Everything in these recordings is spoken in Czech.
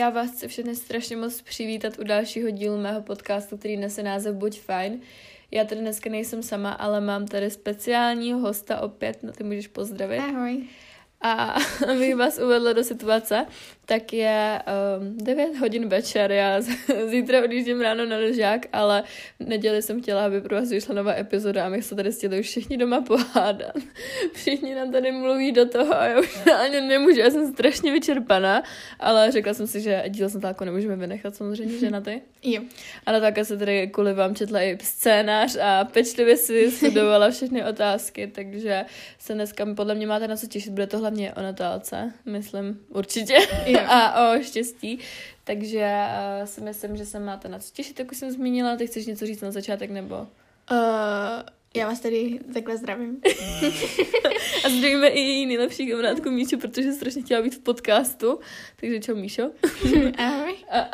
já vás chci všechny strašně moc přivítat u dalšího dílu mého podcastu, který nese název Buď fajn. Já tady dneska nejsem sama, ale mám tady speciálního hosta opět, no ty můžeš pozdravit. Ahoj. A abych vás uvedla do situace, tak je 9 hodin večer, já zítra odjíždím ráno na lyžák, ale v neděli jsem chtěla, aby pro vás vyšla nová epizoda a my se tady chtěli už všichni doma pohádat. Všichni nám tady mluví do toho a já už ani nemůžu, já jsem strašně vyčerpaná, ale řekla jsem si, že díl z Natálkou nemůžeme vynechat samozřejmě, že na ty. Jo. A Natálka se tady kvůli vám četla i scénář a pečlivě si studovala všechny otázky, takže se dneska podle mě máte na co těšit, bude to hlavně o Natálce, myslím, určitě. Jo. A o štěstí, takže si myslím, že se máte na co těšit, jak už jsem zmínila. Ty chceš něco říct na začátek, nebo? Já vás tady takhle zdravím. A zdravíme i její nejlepší kamarádku Míšu, protože strašně chtěla být v podcastu, takže čau Míšo. Ahoj.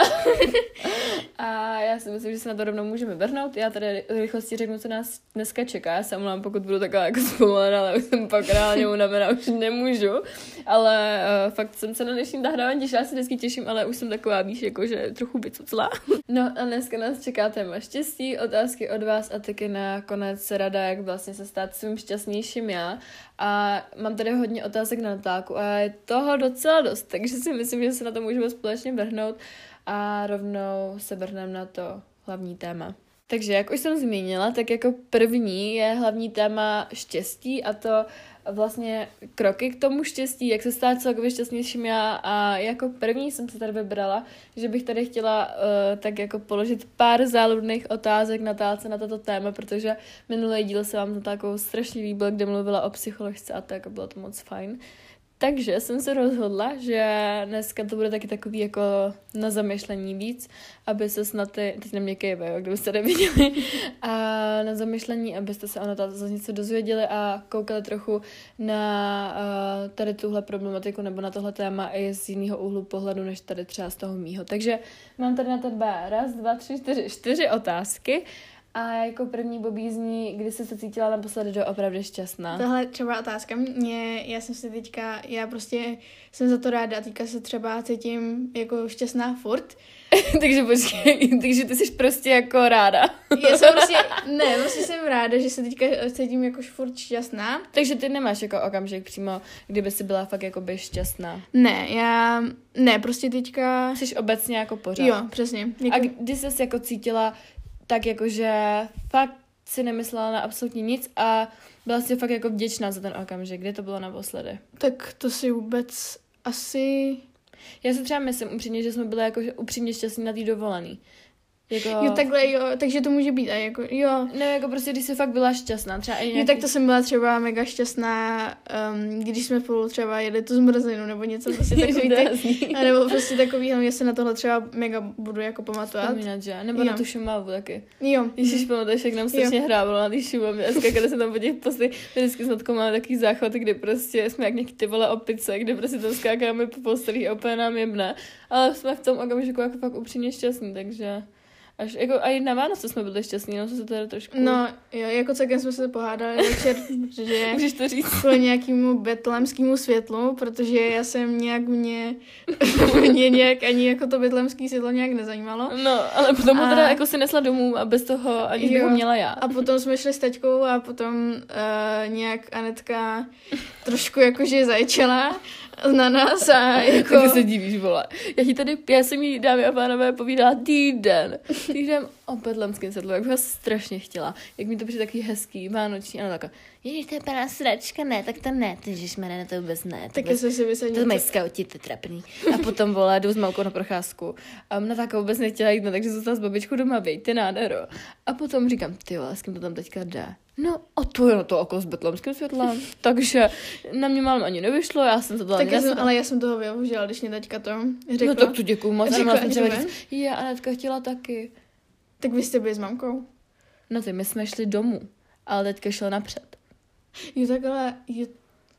A já si myslím, že se na to rovnou můžeme vrhnout. Já tady rychlosti řeknu, co nás dneska čeká. Já se omlouvám, pokud budu taková jako zpomalená, ale už jsem pak reálně unavená, už nemůžu. Ale fakt jsem se na dnešní nahrávání těšila, já se vždycky těším, ale už jsem taková, víš, jako že trochu vycucla. No a dneska nás čeká téma štěstí, otázky od vás a taky nakonec rada, jak vlastně se stát svým šťastnějším já. A mám tady hodně otázek na Natálku a je toho docela dost, takže si myslím, že se na to můžeme společně vrhnout a rovnou se vrhneme na to hlavní téma. Takže jak už jsem zmínila, tak jako první je hlavní téma štěstí a to vlastně kroky k tomu štěstí, jak se stát celkově šťastnějším já a jako první jsem se tady vybrala, že bych tady chtěla tak jako položit pár záludných otázek Natálce na toto téma, protože minulý díl se vám to takovou strašně líbil, kde mluvila o psycholožce a tak a bylo to moc fajn. Takže jsem se rozhodla, že dneska to bude taky takový jako na zamyšlení víc, aby se snad teď na mě kejve, jo, kdybyste neviděli, a na zamyšlení, abyste se o Natálce něco dozvěděli a koukali trochu na tady tuhle problematiku nebo na tohle téma i z jiného úhlu pohledu, než tady třeba z toho mýho. Takže mám tady na tebe 1, 2, 3, 4 otázky. A jako první Bobí zní, kdy jsi se cítila naposledy doopravdy šťastná? Tohle třeba otázka já prostě jsem za to ráda a teďka se třeba cítím jako šťastná furt. Takže počkej, takže ty jsi prostě jako ráda. Já jsem prostě jsem ráda, že se teďka cítím jako furt šťastná. Takže ty nemáš jako okamžik přímo, kdyby jsi byla fakt jako by šťastná. Ne, prostě teďka... Jsi obecně jako pořád. Jo, přesně. Jako... A kdy jsi jako cítila tak jakože fakt si nemyslela na absolutně nic a byla si fakt jako vděčná za ten okamžik. Kdy to bylo naposledy? Tak to si vůbec asi... Já si třeba myslím upřímně, že jsme byli jako upřímně šťastní na té dovolený. Jako... Jo, takhle, jo, takže to může být a jako, jo. No, jako prostě, když jsi fakt byla šťastná, třeba i nějaký... Jo, tak to jsem byla třeba mega šťastná, když jsme spolu třeba jeli tu zmrzlinu, nebo něco prostě takový, a nebo prostě takový, já se na tohle třeba mega budu jako pamatovat. Vzpomínat, že? Nebo na tu Šumavu taky. Jo. Ježiš, pamatuješ, jak nám strašně hrávalo na té Šumavě, a skakali se tam po těch postech, vždycky s Natkou máme takový záchvat, kdy prostě jsme jak nějaký ty vole opice, kde prostě tam skákáme po postelích a úplně nám jebne, ale jsme v tom okamžiku jako fakt upřímně šťastní, takže... Až jako a i na Vánoce jsme byli šťastní, no se tady trošku... No jo, jako celkem jsme se pohádali večer, že... Můžeš to říct? Kvůli nějakému betlémskému světlu, protože já jsem mě nějak ani jako to betlémské světlo nějak nezajímalo. No, ale potom ho teda jako si nesla domů a bez toho ani bych ho měla já. A potom jsme šli s taťkou a potom nějak Anetka trošku jakože zaječela na nás a jako... Tak se divíš, vole. Já jsem jí, dámy a pánové, povídala týden o betlémském světlu, jak bych ho strašně chtěla. Jak mi to přijde takový hezký, vánoční, ano taková. Ježiš, to je pana sračka, ne, tak to ne, ježišmarja, ne, to vůbec ne. Tak jsem si vysadila. To mají skauti, to je trapný. A potom, vole, jdu s Malkou na procházku. A Natálka vůbec nechtěla jít, no, takže zůstala s babičkou doma, ty nádhero. A potom říkám, ty vole, s kým to tam teďka jde? No, a to je na to oko s betlémským světlem. Takže na mě málem ani nevyšlo, já jsem to dala. Ale já jsem toho využila, když mě taťka to řekla. No tak to děkuju moc. Řekla, a Anetka chtěla taky. Tak vy jste byli s mamkou? No ty, my jsme šli domů, ale teďka šel napřed. Jo, tak ale...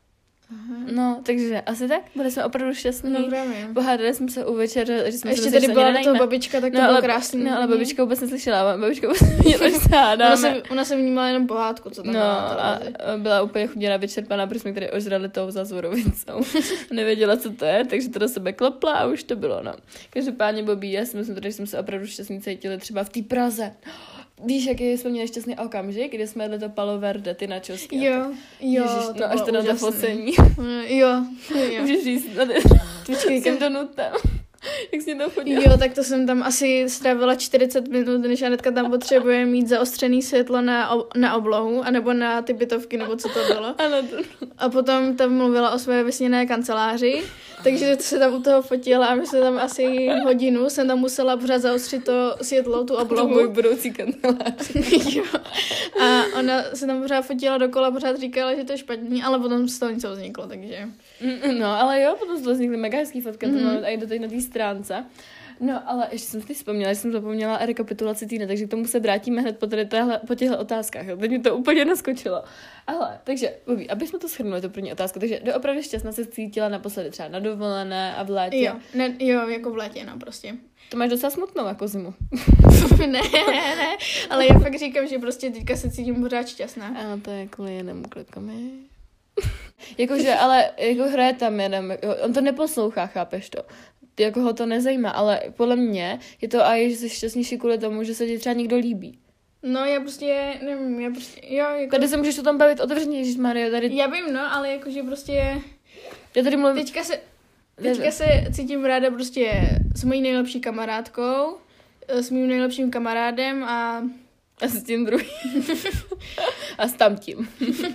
No, takže asi tak, byli jsme opravdu šťastní. No právě. Pohádali jsme se u večer, že jsme ještě tady byla to babička, tak to bylo krásný. No, ale babička vůbec neslyšela, babička vůbec nevěděla, že se hádáme. Ona se vnímala jenom pohádku, co tam byla. A byla úplně chuděná vyčerpaná, protože jsme tady ožrali tou zazvorovicou. Nevěděla, co to je, takže to do sebe klopla a už to bylo, no. Každopádně Bobby, já si myslím, že jsme se opravdu šťastní cítili třeba v té Praze. Víš, jaký jsme měli šťastný okamžik, kdy jsme jedli to Palo Verde, ty načosky. Jo, Ježiš, no až to na to focení. Jo. Můžeš říct, jsem to nutem. Jak jsi to chodila? Jo, tak to jsem tam asi strávila 40 minut, než Anetka tam potřebuje mít zaostřený světlo na oblohu, anebo na ty bytovky, nebo co to bylo. Ano. A potom tam mluvila o své vysněné kanceláři, takže se tam u toho fotila a my jsme tam asi hodinu, jsem tam musela pořád zaostřit to světlo, tu oblohu. To můj budoucí kancelář. Jo. A ona se tam pořád fotila dokola, pořád říkala, že to je špatný, ale potom z toho něco vzniklo, takže... No, ale jo, potom z toho vznikly mega hezký fotka, to máme i do na té stránce. No, ale ještě jsem si vzpomněla, že jsem zapomněla rekapitulaci týdne, takže k tomu se vrátíme hned po těchto otázkách. Jo. Teď mi to úplně naskočilo. Ale, takže, Bobby, aby jsme to shrnuli, to první otázka. Takže doopravdy šťastná se cítila naposledy třeba na dovolené a v létě. Jo, jako v létě, no prostě. To máš docela smutnou jako zimu. ne, ale já fakt říkám, že prostě teďka se cítím pořád šťastná. Ano, to je kvůli jenému klipkami. Jakože, ale jako hraje tam jeden, on to neposlouchá, chápeš to? Jako ho to nezajímá, ale podle mě je to aj, že jsi šťastnější kvůli tomu, že se ti třeba někdo líbí. No já prostě, nevím, jo, jako... Tady se můžeš o tom bavit otevřeně, ježišmarja, tady... Já vím, no, ale jakože prostě... Já tady mluvím... Teďka se cítím ráda prostě s mojí nejlepší kamarádkou, s mým nejlepším kamarádem a s tím druhým. A s tamtím.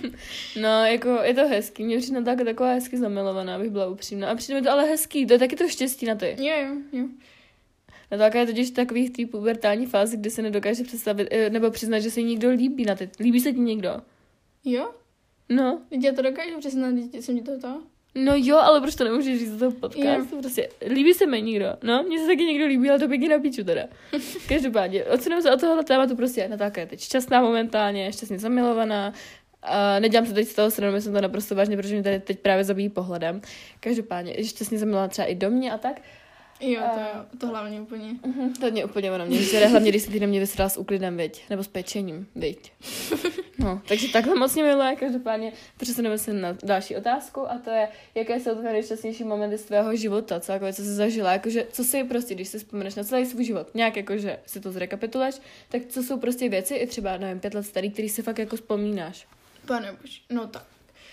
No, jako je to hezký. Mě přijde taková hezky zamilovaná, abych byla upřímná. A přijde mi to ale hezký, to je taky to štěstí na ty. Jo. Natáka je totiž takový v té pubertální fázi, kdy se nedokáže představit, nebo přiznat, že se jí někdo líbí na ty. Líbí se ti někdo? Jo? No. Já to dokážu přiznat, jsem ti to? No jo, ale proč to nemůžeš říct do toho podcastu? Prostě, líbí se mi někdo. No, mně se taky někdo líbí, ale to pěkně na píču teda. Každopádně, odsuneme se od tohohle tématu, prostě Natáka je teď šťastná momentálně, šťastně zamilovaná. Nedělám se teď z toho stranu, myslím to naprosto vážně, protože mě tady teď právě zabíjí pohledem. Každopádně, je šťastně zamilovaná třeba i do mě a tak. Jo, to hlavně úplně. To mě úplně ono mě žere, hlavně když se ty na mě vysrala s úklidem, viď? Nebo s pečením, viď? No, takže takhle moc mě miluje, každopádně přesuneme se na další otázku a to je, jaké jsou tvoje nejšťastnější momenty z tvého života, co jsi zažila, jakože, co si prostě, když si vzpomeneš na celý svůj život, nějak jakože si to zrekapituluješ, tak co jsou prostě věci, i třeba, nevím, 5 let starý, který si fakt jako vzpomínáš? Panebože, no tak.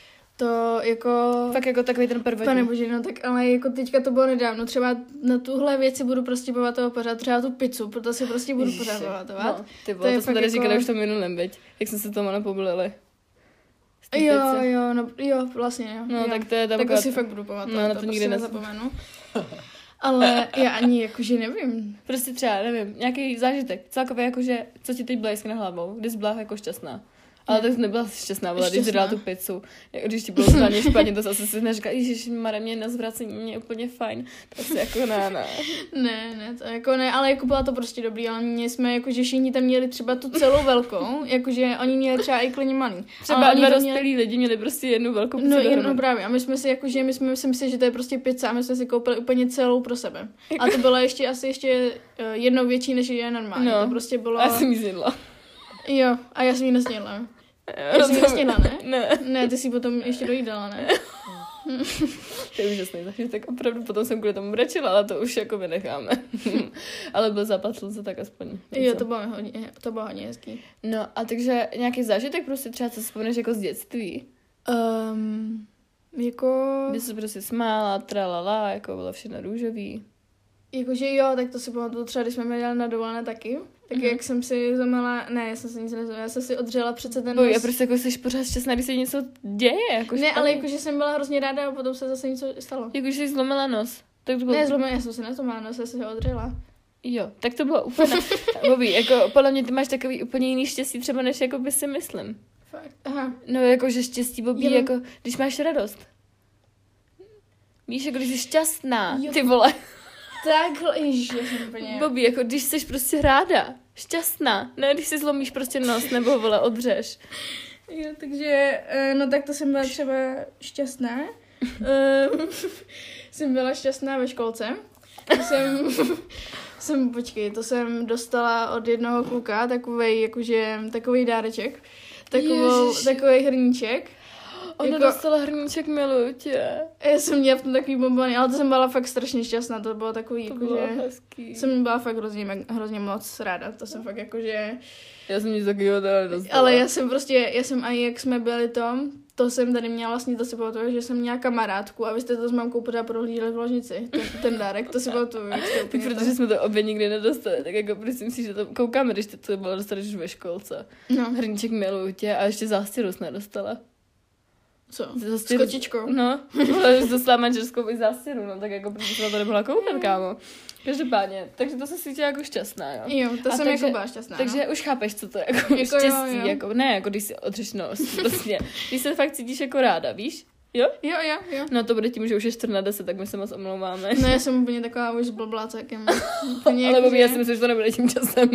To jako... Fakt jako takový ten prvotní. Panebože, no tak ale jako teďka to bylo nedávno. Třeba na tuhle věci budu prostě pamatovat pořád. Třeba tu pizzu, proto si prostě budu pořád pamatovat. No, ty vole, to jsme tady jako... říkali už to minulém, veď? Jak jsme se tomu napoblili. Jo, vlastně, jo. No, jo. tak to je tak si fakt budu pamatovat. No, na to prostě nikdy nezapomenu. Ale já ani jakože nevím. Prostě třeba, nevím, nějaký zážitek. Celkově jakože, co ti teď blejskne hlavou, když jsi byla jako šťastná. Ale tak šťastná, šťastná byla, když jsi dala tu pizzu. Když ti bylo správně špatně, to zase si neříkala, ježišmarja, mě na zvracení mě je úplně fajn. To si jako ne. Ne, to jako ne, ale jako byla to prostě dobrý, ale my jsme jakože všichni tam měli třeba tu celou velkou, jakože oni měli třeba i klidně malý. Třeba dva dospělí lidi měli prostě jednu velkou pizzu. No právě, a my jsme si jakože, my jsme si mysleli, že to je prostě pizza a my jsme si koupili úplně celou pro sebe. A to bylo ještě jednou větší, než je normálně. No, to prostě bylo... A já jsem jí zjedla. Jo, a já jsem ji nesnědla. Já jsem ji nesnědla, ne? Ne, ty si potom ještě dojídala, ne? To je úžasný zážitek, opravdu potom jsem kvůli tomu brečela, ale to už jako vynecháme. Ale byl západ slunce, tak aspoň. Jo, to bylo hodně hezký. No a takže nějaký zážitek prostě třeba, co si vzpomeneš jako z dětství? Jako... Kdy jsi prostě smála, tralala, jako bylo všechno růžový. Jakože jo, tak to si pamatuju třeba, když jsme měli na dovolené taky. Tak jak jsem si zomela, ne, já jsem si nic nezomela, já jsem si odřela přece ten nos. Já prostě jako jsi pořád šťastná, když se něco děje. Jako ne, ale jakože jsem byla hrozně ráda a potom se zase něco stalo. Jakože jsi zlomila nos. Tak to bylo... Ne, já jsem si nezlomila nos, já jsem ho odřela. Jo, tak to bylo úplně... Bobby, jako podle mě ty máš takový úplně jiný štěstí třeba, než jako by si myslím. Fakt, aha. No jakože štěstí, Bobby, jako když máš radost. Víš, jako když jsi šťastná, ty vole. Takhle, ježiš, já jsem úplně... Bobby, jako když jsi prostě ráda, šťastná, ne když si zlomíš prostě nos nebo vole odřeš. Jo, takže, no tak to jsem byla třeba šťastná. Jsem byla šťastná ve školce. To jsem dostala od jednoho kluka takovej dáreček. Takovej hrníček. Ona dostala hrníček, miluju tě. Já jsem měla v tom takový bonbony, ale to jsem byla fakt strašně šťastná, to bylo takový, hezký. Jsem byla fakt hrozně moc ráda, to jsem fakt jakože... Já jsem nic takového teda nedostala. Ale já jsem i jak jsme byli to jsem tady měla vlastně, to si pamatuju, že jsem měla kamarádku a vy jste to s mamkou pořád prohlídli v ložnici, ten dárek, to si pamatuju. Tak protože jsme to obě nikdy nedostali, tak jako myslím si, že to koukáme, když ty to bylo dostaneš ve školce. No. Hrníček, miluju tě a ještě zástěru jsi nedostala. Co? S kočičkou? No, ale jsi dostala manželskou i zástěru, no tak jako protože jsme to nemohla koukat, kámo. Každopádně, takže to se cítila jako šťastná, jo? Jo, to jsem jako byla šťastná. Takže no. už chápeš, co to je jako štěstí, jo. jako ne, jako když si odřeš nos, prostě. Když se fakt cítíš jako ráda, víš? Jo? Jo. No to bude tím, že už je 14, tak my se moc omlouváme. No já jsem úplně taková už zblblá celkem. Ale Bobby, já si myslím, že to nebude tím časem.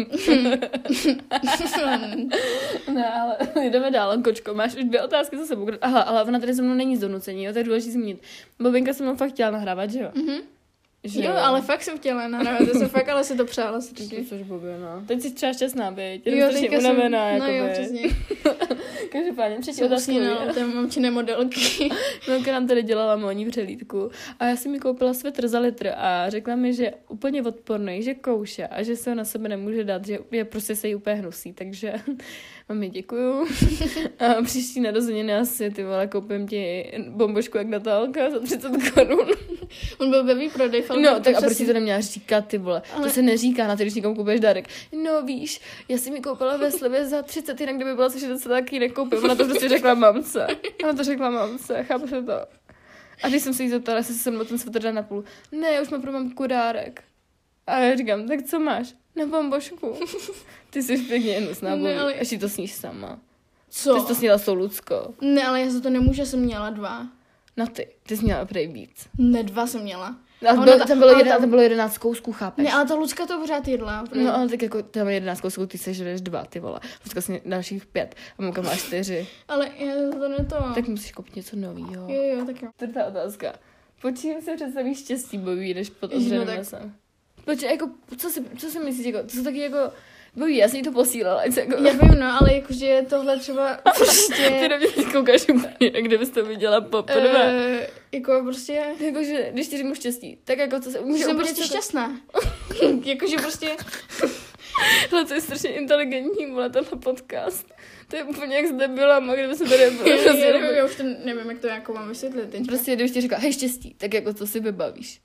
Ne, ale jdeme dál, kočko, máš už 2 otázky za sebou. Aha, ale ona tady se mnou není z donucení, jo, to je důležité zmínit. Bobinka se mnou fakt chtěla nahrávat, že jo? Mhm. Jo, ale fakt jsem chtěla nahrávat, to jsem fakt, ale si to přála strašně. Což Bobby, no. Teď jsi třeba šťastná, byť. Jo, teďka unavená, no jo, přesně. Každopádně, třetí otázku. Jsem mamčiny modelky. Milka nám tady dělala módní přehlídku a já jsem mi koupila svetr za litr a řekla mi, že je úplně odporný, že kouše a že se ho na sebe nemůže dát, že je prostě se jí úplně hnusí, takže mami děkuju. A příští narozeniny asi, ty vole, koupím ti bombošku jak Natálka za 30 korun. On byl ve výprodej. No, tak a proč si to neměla říkat, ty vole? Ale... To se neříká na ty, když někomu koupíš dárek. No víš, já si mi koupila ve slevě za 30, jinak kdyby byla 60, taky nekoupím. Ona to prostě řekla mamce. Chápeš to? A když jsem se jí zeptala, jestli se mnou ten svetr dá na půl. Ne, já už mám pro mamku dárek. A já říkám, tak co máš? Na bombošku. Ty jsi pěkně hnusná, Bobby. Ale... Ještě to sníš sama. Co? Ty jsi to sněla s tou Luckou. Ne, ale já za to nemůžu, jsem měla 2. No ty jsi měla prej víc. Ne, 2 jsem měla. Tam bylo 11 kousků, chápeš? Ne, ale ta Lucka to pořád jedla. No, ale tak jako tam je 11 kousků, ty sežereš 2, ty vole. Lucka si dalších 5 a mamka má 4. Ale já to neto. Tak musíš koupit něco novýho. Jo, tak jo. Čtvrtá otázka. Pod čím se představíš štěstí, Bobby, než pod odřeným lesem? Počkej, jako, co si myslíš, jako, to jsou taky jako... Bobby, já jsem jí to posílala, jako... Já vím, no, ale jakože tohle třeba prostě... Ty na mě koukáš úplně, kde bys to viděla poprvé. Jako prostě... Jakože, když ti řeknu štěstí, tak jako co se... Jsem prostě šťastná. Jakože prostě... Tohle to je strašně inteligentní, vole, tenhle podcast. To je úplně jak zde byla, kdyby se tady bylo. Já už to nevím, jak to jako mám vysvětlit teď. Prostě, když ti říká, hej, štěstí, tak jako to si vybavíš.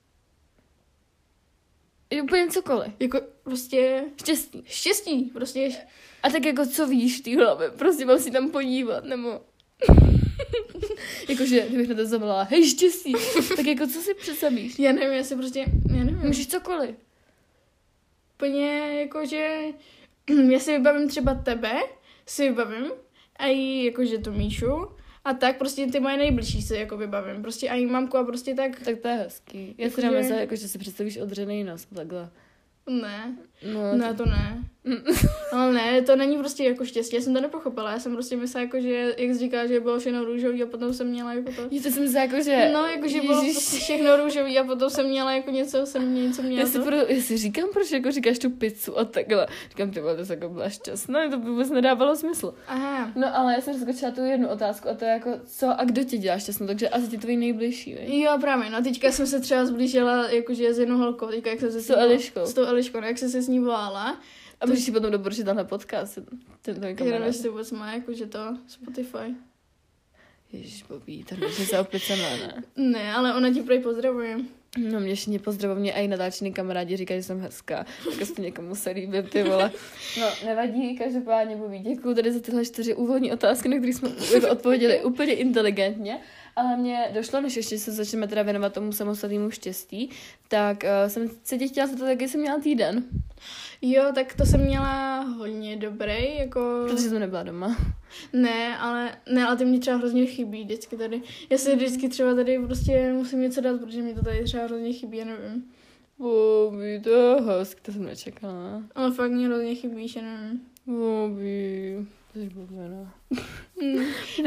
Je úplně cokoliv. Jako prostě... Štěstí, prostě. A tak jako co víš v té hlavě, prostě mám si tam podívat, nebo... Jakože, kdybych na to zavolala, hej, štěstí, tak jako co si představíš? Já nevím. Můžeš cokoliv. Úplně jakože... Já si vybavím třeba tebe, a i jakože tu Míšu, a tak prostě ty moje nejbližší se jako vybavím. Prostě a jí mamku a prostě tak... Tak to je hezký. Já si nemyslím, jako, že si představíš odřený nos, takhle. Ne. No, to ne. Ale ne, to není prostě jako štěstí, já jsem to nepochopila, já jsem prostě myslela jako, že, jak jsi říká, že bylo všechno růžový a potom jsem měla jako to... To jsem myslela jako, že... No, jako, že bylo prostě všechno růžový a potom jsem měla jako něco měla já si říkám, proč jako říkáš tu pizzu a takhle. Říkám, ty vole, to jsi jako byla šťastná, to by vůbec nedávalo smysl. Aha. No, ale já jsem rozkočila tu jednu otázku a to je jako, co a kdo tě dělá šťastnou, takže asi ti tvoji nejbližší, vej? Jo, právě, no, teďka jsem se třeba zblížila jakože s jednou holkou, teďka jak jsem se s tou Eliškou, jak jsem se s ní volala. A můžeš si potom doporučit tenhle podcast, ten kamarád. Jestli vůbec má jakože to Spotify. Ježiš, Bobby, to je se opět sama, ne? Ne, ale ona ti prej pozdravuje. No mě všichni pozdravují, mě a i natáčení kamarádi říkají, že jsem hezká. Tak to někomu se líbí, ty vole. No, nevadí, každopádně Bobby, děkuju tady za tyhle 4 úvodní otázky, na které jsme odpověděli úplně inteligentně. Ale mě došlo, než ještě se začneme teda věnovat tomu samostatnému štěstí, tak jsem se tě chtěla zeptat, jaký jsem měla týden. Jo, tak to jsem měla hodně dobrý, jako... Protože jsem nebyla doma. Ne, ale ty mě třeba hrozně chybí vždycky tady. Já si vždycky třeba tady prostě musím něco dát, protože mi to tady třeba hrozně chybí, já nevím. Bobby, to je hezky, to jsem nečekala. Ale fakt mě hrozně chybí, že nevím. Bobby, to je blběna.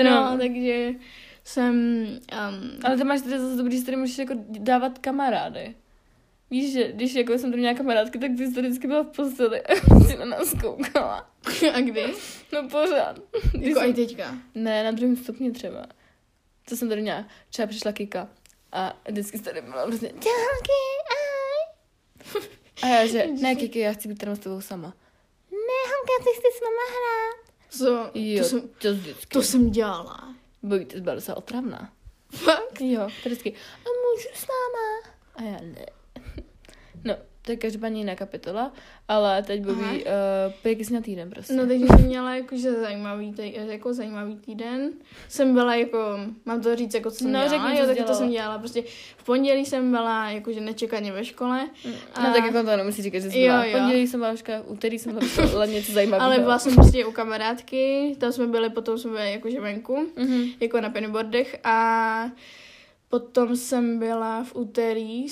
No, takže jsem... Ale ty máš tady zase dobrý, že tady můžeš jako dávat kamarády. Víš, že když jako jsem tady měla kamarádky, tak ty jsi to vždycky byla v posteli a si na nás koukala. A kdy? No pořád. Jako i teďka. Ne, na druhém stupni třeba. Co jsem tady měla? Třeba přišla Kika a vždycky jsi tady byla prostě čauky, ahoj. A já že, ne Kiki, já chci být tady s tebou sama. Ne, Hanka, ty chci s náma hrát. Co? Jo, to jsem dělala. Bojí, ty jsi byla docela otravná. Fakt? Jo, to vždycky, a můžu s náma? A já ne. No, to je každopádně jiná kapitola, ale teď Bobby, jaký jsi na týden prostě. No, takže jsem měla jakože zajímavý týden. Jsem byla jako, mám to říct, jako co jsem dělala, jo, tak to jsem dělala. Prostě v pondělí jsem byla jakože nečekaně ve škole. A... No tak jako to nemusí říkat, že jsi byla. V pondělí jsem byla v škole, úterý jsem byla něco zajímavého. Ale byla jsem prostě u kamarádky, tam jsme byli, potom jsme byli jakože venku, jako na pennyboardech a potom jsem byla v úterý,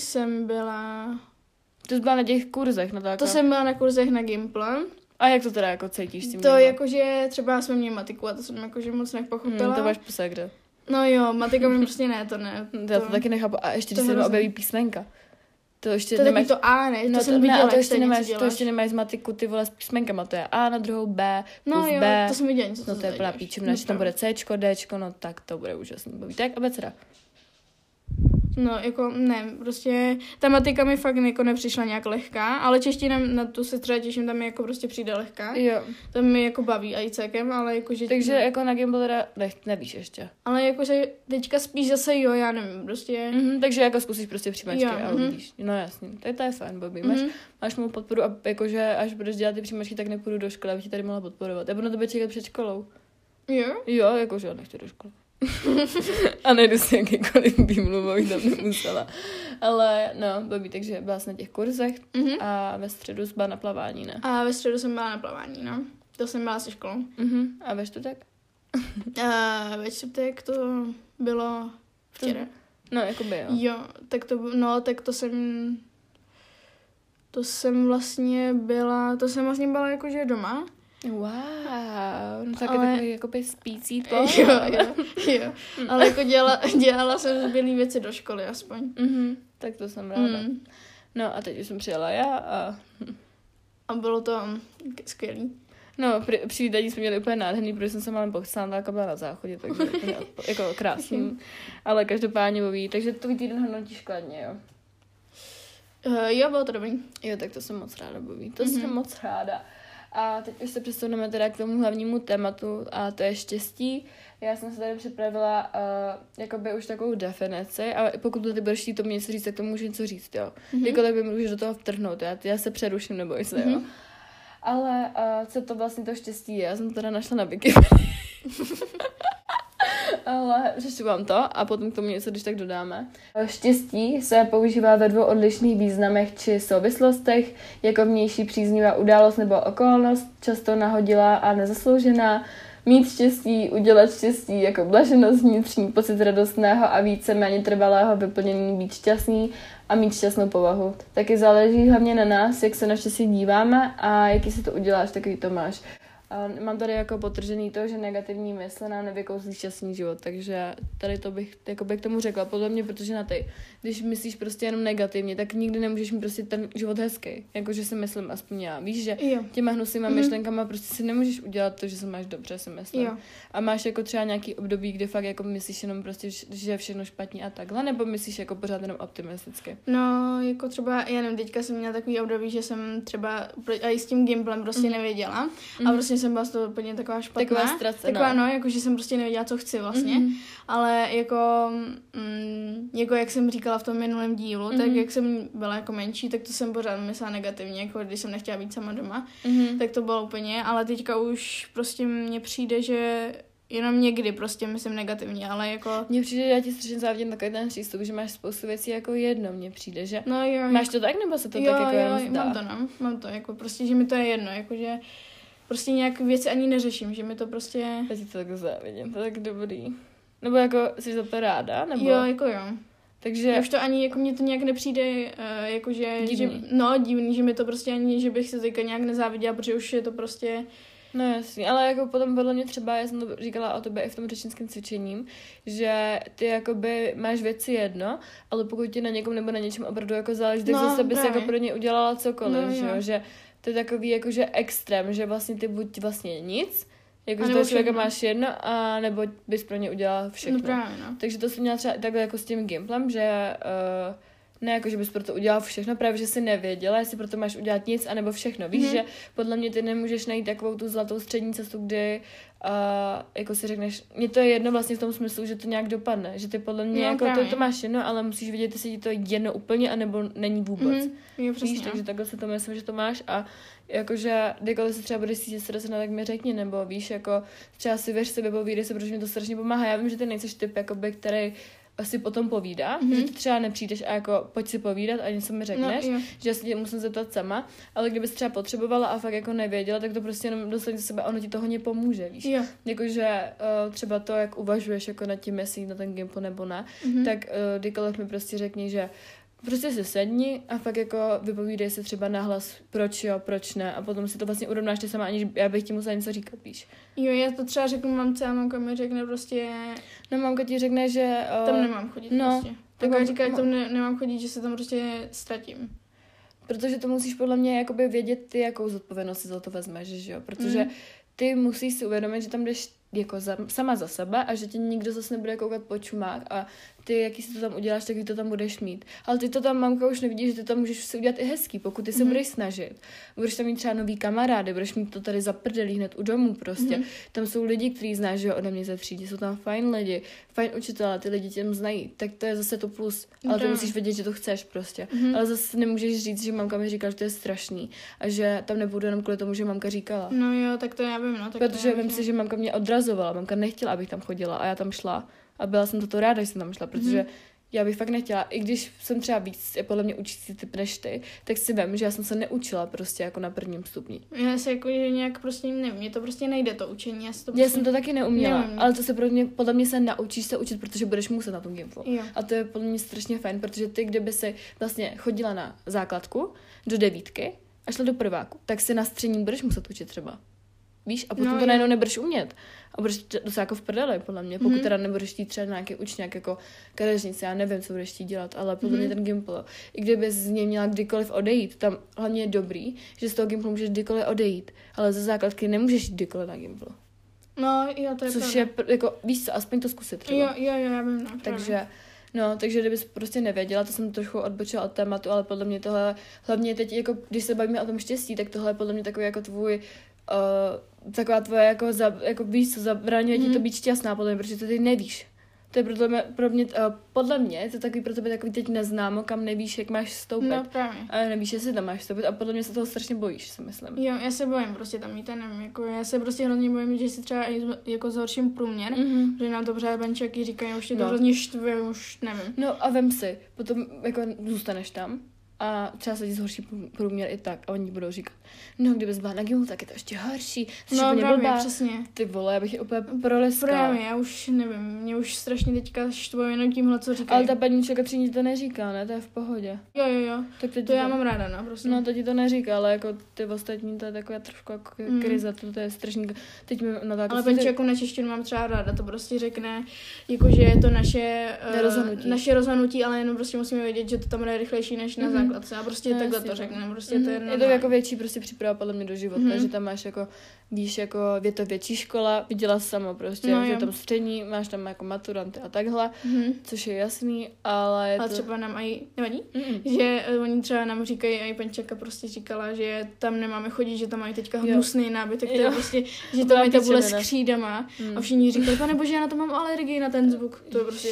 To jsi byla na těch kurzech, no tak. To jsem byla na kurzech na Gimple. A jak to teda jako cítíš s tím? To jakože třeba jsme měli matiku a to jsem jakože moc nepochopila. To máš puse, kde? No jo, matika mi prostě ne, to ne. Já to taky nechápu. A ještě když se objeví písmenka. To ještě to nemáš... to A, ne? No to jsem viděla, to ještě nemáš z matiku ty vole s písmenkama. To je A na druhou B plus no jo, B. to jsem viděla. No to je plná píčemna, že tam bude Cčko, Dčko, no tak to bude úžasný. Tak abeceda. No, jako ne, prostě ta matika mi fakt jako nepřišla nějak lehká, ale čeština, na tu se třeba těším, tam mi jako prostě přijde lehká. Jo. To mi jako baví i celkem, ale jakože... Takže jako na Gimple teda nevíš ještě. Ale jakože teďka spíš zase jo, já nevím, prostě... Takže jako zkusíš prostě přijímačky a uvidíš. No jasně, tak to je fajn, Bobby. Máš mou podporu a jakože až budeš dělat ty přijímačky, tak nepůjdu do školy, abych ti tady mohla podporovat. Já budu na tebe čekat před školou. Jo? Jo, jakože já nechci do školy. A nejdu si jakýkoliv výmluvou, tam nemusela. Ale no, Bobby, takže byla jsi na těch kurzech a ve středu jsi byla na plavání, ne? A ve středu jsem byla na plavání, no. To jsem byla se školou. A ve čtvrtek? Ve čtvrtek to bylo včera. No, jakoby jo. Jo, tak to jsem vlastně byla jakože doma. Wow, no tak ale... je takový jakoby spící tlo. Jo. Ale jako dělala jsem zbylý věci do školy aspoň. Tak to jsem ráda. No a teď už jsem přijela já a bylo to skvělý. No, přivítání jsme měli úplně nádherný, protože jsem se málem pochcánala, byla na záchodě, takže jako krásný. Ale každopádně Bobby, takže tvůj týden hodnotíš kladně, jo? Jo, bylo to dobrý. Jo, tak to jsem moc ráda, Bobby. To jsem moc ráda. A teď už se přesuneme teda k tomu hlavnímu tématu a to je štěstí. Já jsem se tady připravila jakoby už takovou definici a pokud ty budeš chtít tomu něco říct, tak tomu můžu něco říct, jo. Kdykoliv by můžeš do toho vtrhnout, já se přeruším, neboj se, jo. Ale co to vlastně to štěstí je? Já jsem to teda našla na Wikipedii. Ale přečtu vám to a potom k tomu něco, když tak dodáme. Štěstí se používá ve dvou odlišných významech či souvislostech, jako vnější příznivá událost nebo okolnost, často nahodilá a nezasloužená. Mít štěstí, udělat štěstí jako blaženost, vnitřní pocit radostného a víceméně trvalého vyplnění, být šťastný a mít šťastnou povahu. Taky záleží hlavně na nás, jak se na štěstí díváme a jaký si to uděláš, takový to máš. A mám tady jako potržený to, že negativní mysl nám nevykouzlí šťastný život, takže tady to bych jakoby k tomu řekla, podle mě, protože na ty, když myslíš prostě jenom negativně, tak nikdy nemůžeš mít prostě ten život hezký, jakože si myslím aspoň já, víš, že těma hnusýma myšlenkama prostě si nemůžeš udělat to, že se máš dobře, si myslím. Jo. A máš jako třeba nějaký období, kdy fakt jako myslíš jenom prostě, že je všechno špatně a takhle, nebo myslíš jako pořád jenom optimisticky? No, jako třeba, já nevím, teďka jsem měla takový období, že jsem třeba i s tím Gimplem prostě nevěděla a prostě jsem byla z toho úplně taková špatná. Taková ztracená. No, jako že jsem prostě nevěděla, co chci vlastně. Ale jako jak jsem říkala v tom minulém dílu, tak jak jsem byla jako menší, tak to jsem pořád myslela negativně, jako když jsem nechtěla být sama doma, tak to bylo úplně, ale teďka už prostě mně přijde, že jenom někdy prostě myslím negativně, ale jako... Mně přijde, že já ti strašně závidím takový ten přístup, že máš spoustu věcí jako jedno, mně přijde, že... No jo. Máš to tak, nebo se to tak jako jenom zdá? Mám to, jako prostě, že mi to je jedno, jakože prostě nějak věci ani neřeším, že mi to prostě... Já ti to tak závidím, to je tak dobrý. Nebo jako jsi za to ráda, nebo... Jo, jako jo. Takže... Už to ani, jako mně to nějak nepřijde, jakože... Divný. Divný, že mi to prostě ani, že bych se teďka nějak nezáviděla, protože už je to prostě... No jasně, ale jako potom podle mě třeba, já jsem to říkala o tobě i v tom řečnickém cvičením, že ty jakoby máš věci jedno, ale pokud ti na někom nebo na něčem opravdu jako záleží, tak zase bys jako pro ně udělala cokoliv, že to je takový jakože extrém, že vlastně ty buď vlastně nic, jakože toho člověka máš jedno, a nebo bys pro ně udělala všechno. No právě, no. Takže to jsem měla třeba takhle jako s tím gimplem, že ne jako, že bys pro to udělal všechno, právě že jsi nevěděla, jestli pro to máš udělat nic, anebo všechno. Víš, že podle mě ty nemůžeš najít takovou tu zlatou střední cestu, kdy jako si řekneš, mně to je jedno vlastně v tom smyslu, že to nějak dopadne, že ty podle mě jako to máš jedno, ale musíš vědět, jestli ti to jedno úplně, anebo není vůbec. Víš, takže takhle se to myslím, že to máš a jakože kdykoliv se třeba budeš cítit stresna, tak mi řekni, nebo víš, jako třeba si věř sebe, povídej se, protože mi to strašně pomáhá. Já vím, že ty nejseš typ, jakoby, který si potom povídá, že ty třeba nepřijdeš a jako pojď si povídat a něco mi řekneš, že já si tě musím zeptat sama, ale kdybys třeba potřebovala a fakt jako nevěděla, tak to prostě jenom dostat do sebe, ono ti to hodně pomůže, víš. Jakože třeba to, jak uvažuješ jako nad tím, jestli na ten gimple nebo ne, tak kdykoliv mi prostě řekni, že prostě se sedni a fakt jako vypovídej se třeba nahlas, proč jo, proč ne, a potom si to vlastně urovnáš ty sama, aniž já bych ti musela něco říkat, víš. Jo, já to třeba řeknu mamce a mamka mi řekne prostě... No mamka ti řekne, že... tam nemám chodit prostě. Tak říká, že tam nemám chodit, že se tam prostě ztratím. Protože to musíš podle mě jakoby vědět ty, jakou zodpovědnost si za to vezmeš, že jo, protože ty musíš si uvědomit, že tam jdeš jako sama za sebe a že tě nikdo zase nebude koukat po čumách a ty, jaký si to tam uděláš, tak to tam budeš mít. Ale ty to tam, mamka, už nevidí, že ty tam můžeš si udělat i hezký, pokud ty se budeš snažit. Budeš tam mít třeba nový kamarády, budeš mít to tady zaprdelí hned u domu prostě. Tam jsou lidi, kteří znáš, že ode mě ze třídy, jsou tam fajn lidi, fajn učitelé, ty lidi tě tam znají, tak to je zase to plus. Ale ty musíš vědět, že to chceš prostě. Ale zase nemůžeš říct, že mamka mi říkala, že to je strašný a že tam nebudu jenom kvůli tomu, že mamka říkala. No jo, tak to já vím, no. Tak protože vím si, že mamka mě odrazovala, mamka nechtěla, abych tam chodila a já tam šla. A byla jsem toto ráda, že jsem tam šla, protože já bych fakt nechtěla, i když jsem třeba víc, je podle mě učící typ než ty, tak si vím, že já jsem se neučila prostě jako na prvním stupni. Já se jako nějak prostě nevím, mě to prostě nejde to učení. Já jsem to taky neuměla, ale to se podle mě se naučíš se učit, protože budeš muset na tom gimplu. A to je podle mě strašně fajn, protože ty, kdyby si vlastně chodila na základku do 9 a šla do prváku, tak si na střední budeš muset učit třeba. Víš? A potom to najednou nebudeš umět. A budeš docela jako v prdeli, podle mě. Pokud teda nebudeš chtít třeba nějaký učňák jako kadeřnice, já nevím, co budeš chtít dělat, ale podle mě ten gimpl, i kdyby z něj měla kdykoliv odejít, tam hlavně je dobrý, že z toho gimplu můžeš kdykoliv odejít, ale ze základky nemůžeš jít kdykoliv na gimpl. No, jo, to je což je, jako, víš co, aspoň to zkusit třeba. Jo, já vím, no. Takže kdybys prostě nevěděla, to jsem trochu odbočila od tématu, ale podle mě tohle, hlavně teď, jako, když se bavíme o tom štěstí, tak tohle je podle mě takový jako tvůj taková tvoje jako víš co, zabraňuje ti to být šťastná podle mě, protože to ty nevíš. To je podle mě je to takový pro tebe takový teď neznámo, kam nevíš, jak máš stoupit. No právě. A nevíš, jestli tam máš stoupit a podle mě se toho strašně bojíš, si myslím. Jo, já se bojím prostě tam jít, nevím, jako já se prostě hrozně bojím, že si třeba jako zhorším průměr, že nám to pořád benčaky říkají, už je to hrozně štve, už nevím. No a vem si, potom jako zůstaneš tam a třeba se ti zhorší průměr i tak a oni budou říkat, no kdybys byla na gimplu, tak je to ještě horší. No právě, přesně. Ty vole, já bych je úplně proleskala. Právě, já už nevím, mě už strašně teďka štvou jenom tímhle, co říkají. Ale ta paníčka třídní to neříká, ne? To je v pohodě. Jo. Tak to já mám ráda, no, prostě. No to ti to neříká, ale jako ty ostatní, to je taková trošku jako krize, to je strašný. Teď mi na tak. Ale jako na češtinu mám třeba ráda, to prostě řekne, jako že je to naše rozhodnutí, ale jenom prostě musíme vědět, že to tam bude rychlejší než na základce. A prostě takhle to řekne, prostě to je to jako větší prostě příprava podle mě do života, že tam máš jako, víš, jako je to větší škola, viděla sama prostě, že tam střední, máš tam jako maturanty a takhle, což je jasný, ale ale třeba nám aj nevadí, že oni třeba nám říkají, i Penčaka prostě říkala, že tam nemáme chodit, že tam mají teďka hnusný nábytek, to je prostě, že tam mají tabule s křídama a všichni říkají, pane bože, já na to mám alergii na ten zvuk, to je prostě.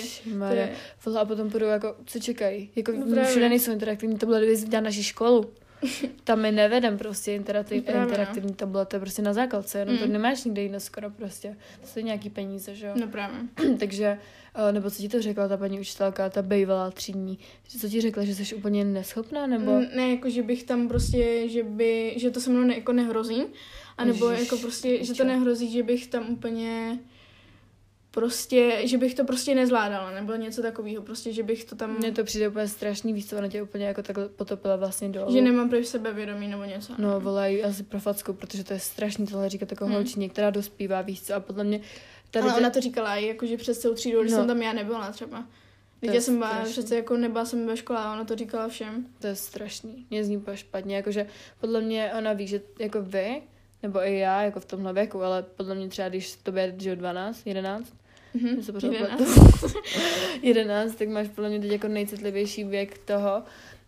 A potom budou jako, co čekají, jako všude nejsou interaktivní tabule, kdyby dělat naši školu. Tam my nevedem prostě interaktivní tabule, to je prostě na základce, jenom to nemáš nikde jiné skoro prostě. To jsou nějaký peníze, že jo? No právě. Takže, nebo co ti to řekla ta paní učitelka, ta bejvalá třídní, co ti řekla, že jsi úplně neschopná, nebo? Ne, jako že bych tam prostě, že to se mnou jako nehrozí, anebo jako prostě, že to nehrozí, že bych tam úplně prostě, že bych to prostě nezvládala, nebo něco takového, prostě, že bych to tam... Mně to přijde úplně strašný, víc, co ona tě úplně jako takhle potopila vlastně dolů. Že nemám pro sebevědomí nebo něco. No, volají asi pro facku, protože to je strašný tohle říkat takovou holčině, která dospívá, víc co, a podle mě... Ale ona to říkala i jakože před celou třídou, když jsem tam já nebyla třeba. Teď já jsem byla, přece jako nebyla jsem ve škole a ona to říkala všem. To je strašný, mě zní úplně špatně, jakože podle mě ona ví, že jako vy, nebo i já, jako v tomhle věku, ale podle mě třeba, když to bude, že 12, 11, 11, tak máš podle mě teď jako nejcitlivější věk toho,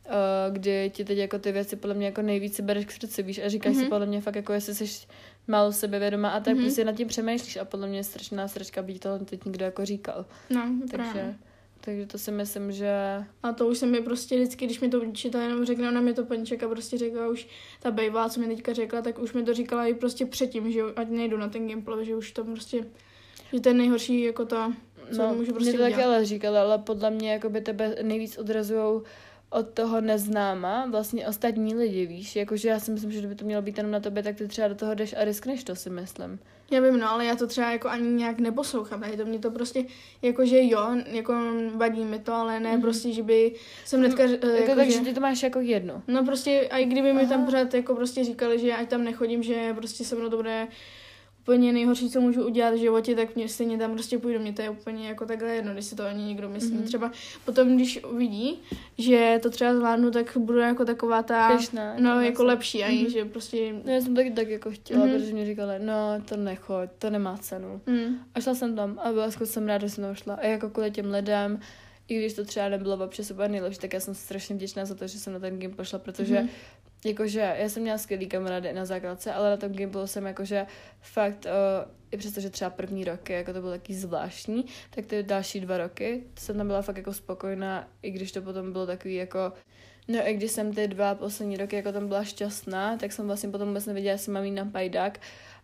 kdy ti teď jako ty věci podle mě jako nejvíce bereš k srdci, víš, a říkáš si podle mě fakt jako, jestli jsi málo sebevědomá a tak prostě nad tím přemýšlíš a podle mě je strašná sračka, by ti to teď někdo jako říkal. No, právě. Takže to si myslím, že... A to už se mi prostě vždycky, když mi to učitel jenom řekne, ona mi to paníček a prostě řekla už ta bejvá, co mi teďka řekla, tak už mi to říkala i prostě předtím, že ať nejdu na ten gameplay, že už to prostě, že to je nejhorší jako to, co můžu prostě udělat. Mě to taky ale říkala, ale podle mě jako by tebe nejvíc odrazujou od toho neznáma vlastně ostatní lidi, víš, jakože já si myslím, že kdyby to mělo být jenom na tobě, tak ty třeba do toho jdeš a riskneš to, si myslím. Já vím, no, ale já to třeba jako ani nějak neposlouchám, tady to mě to prostě, jakože jo, jako vadí mi to, ale ne prostě, že by jsem hnedka... Jako takže ty to máš jako jedno. No prostě, a i kdyby mi tam pořád jako prostě říkali, že ať tam nechodím, že prostě se mnou to bude úplně nejhorší, co můžu udělat v životě, tak mě stejně tam prostě půjdu. Mě to je úplně jako takhle jedno, když si to ani někdo myslí. Třeba potom, když uvidí, že to třeba zvládnu, tak budu jako taková ta, Pěšná, no jako lepší, a že prostě... No, já jsem taky tak jako chtěla, protože mě říkali, no to nechoď, to nemá cenu. A šla jsem tam a byla jsem ráda, že jsem tam šla. A jako kvůli těm lidem, i když to třeba nebylo občas úplně nejlepší, tak já jsem strašně vděčná za to, že jsem na ten game pošla, protože jakože já jsem měla skvělý kamarády na základce, ale na tom Gimplu jsem jakože fakt, i přesto, že třeba první roky, jako to bylo taky zvláštní, tak ty další 2 roky jsem tam byla fakt jako spokojená, i když to potom bylo takový jako, no i když jsem ty 2 poslední roky jako tam byla šťastná, tak jsem vlastně potom vůbec nevěděla, jestli mám jít na pajdák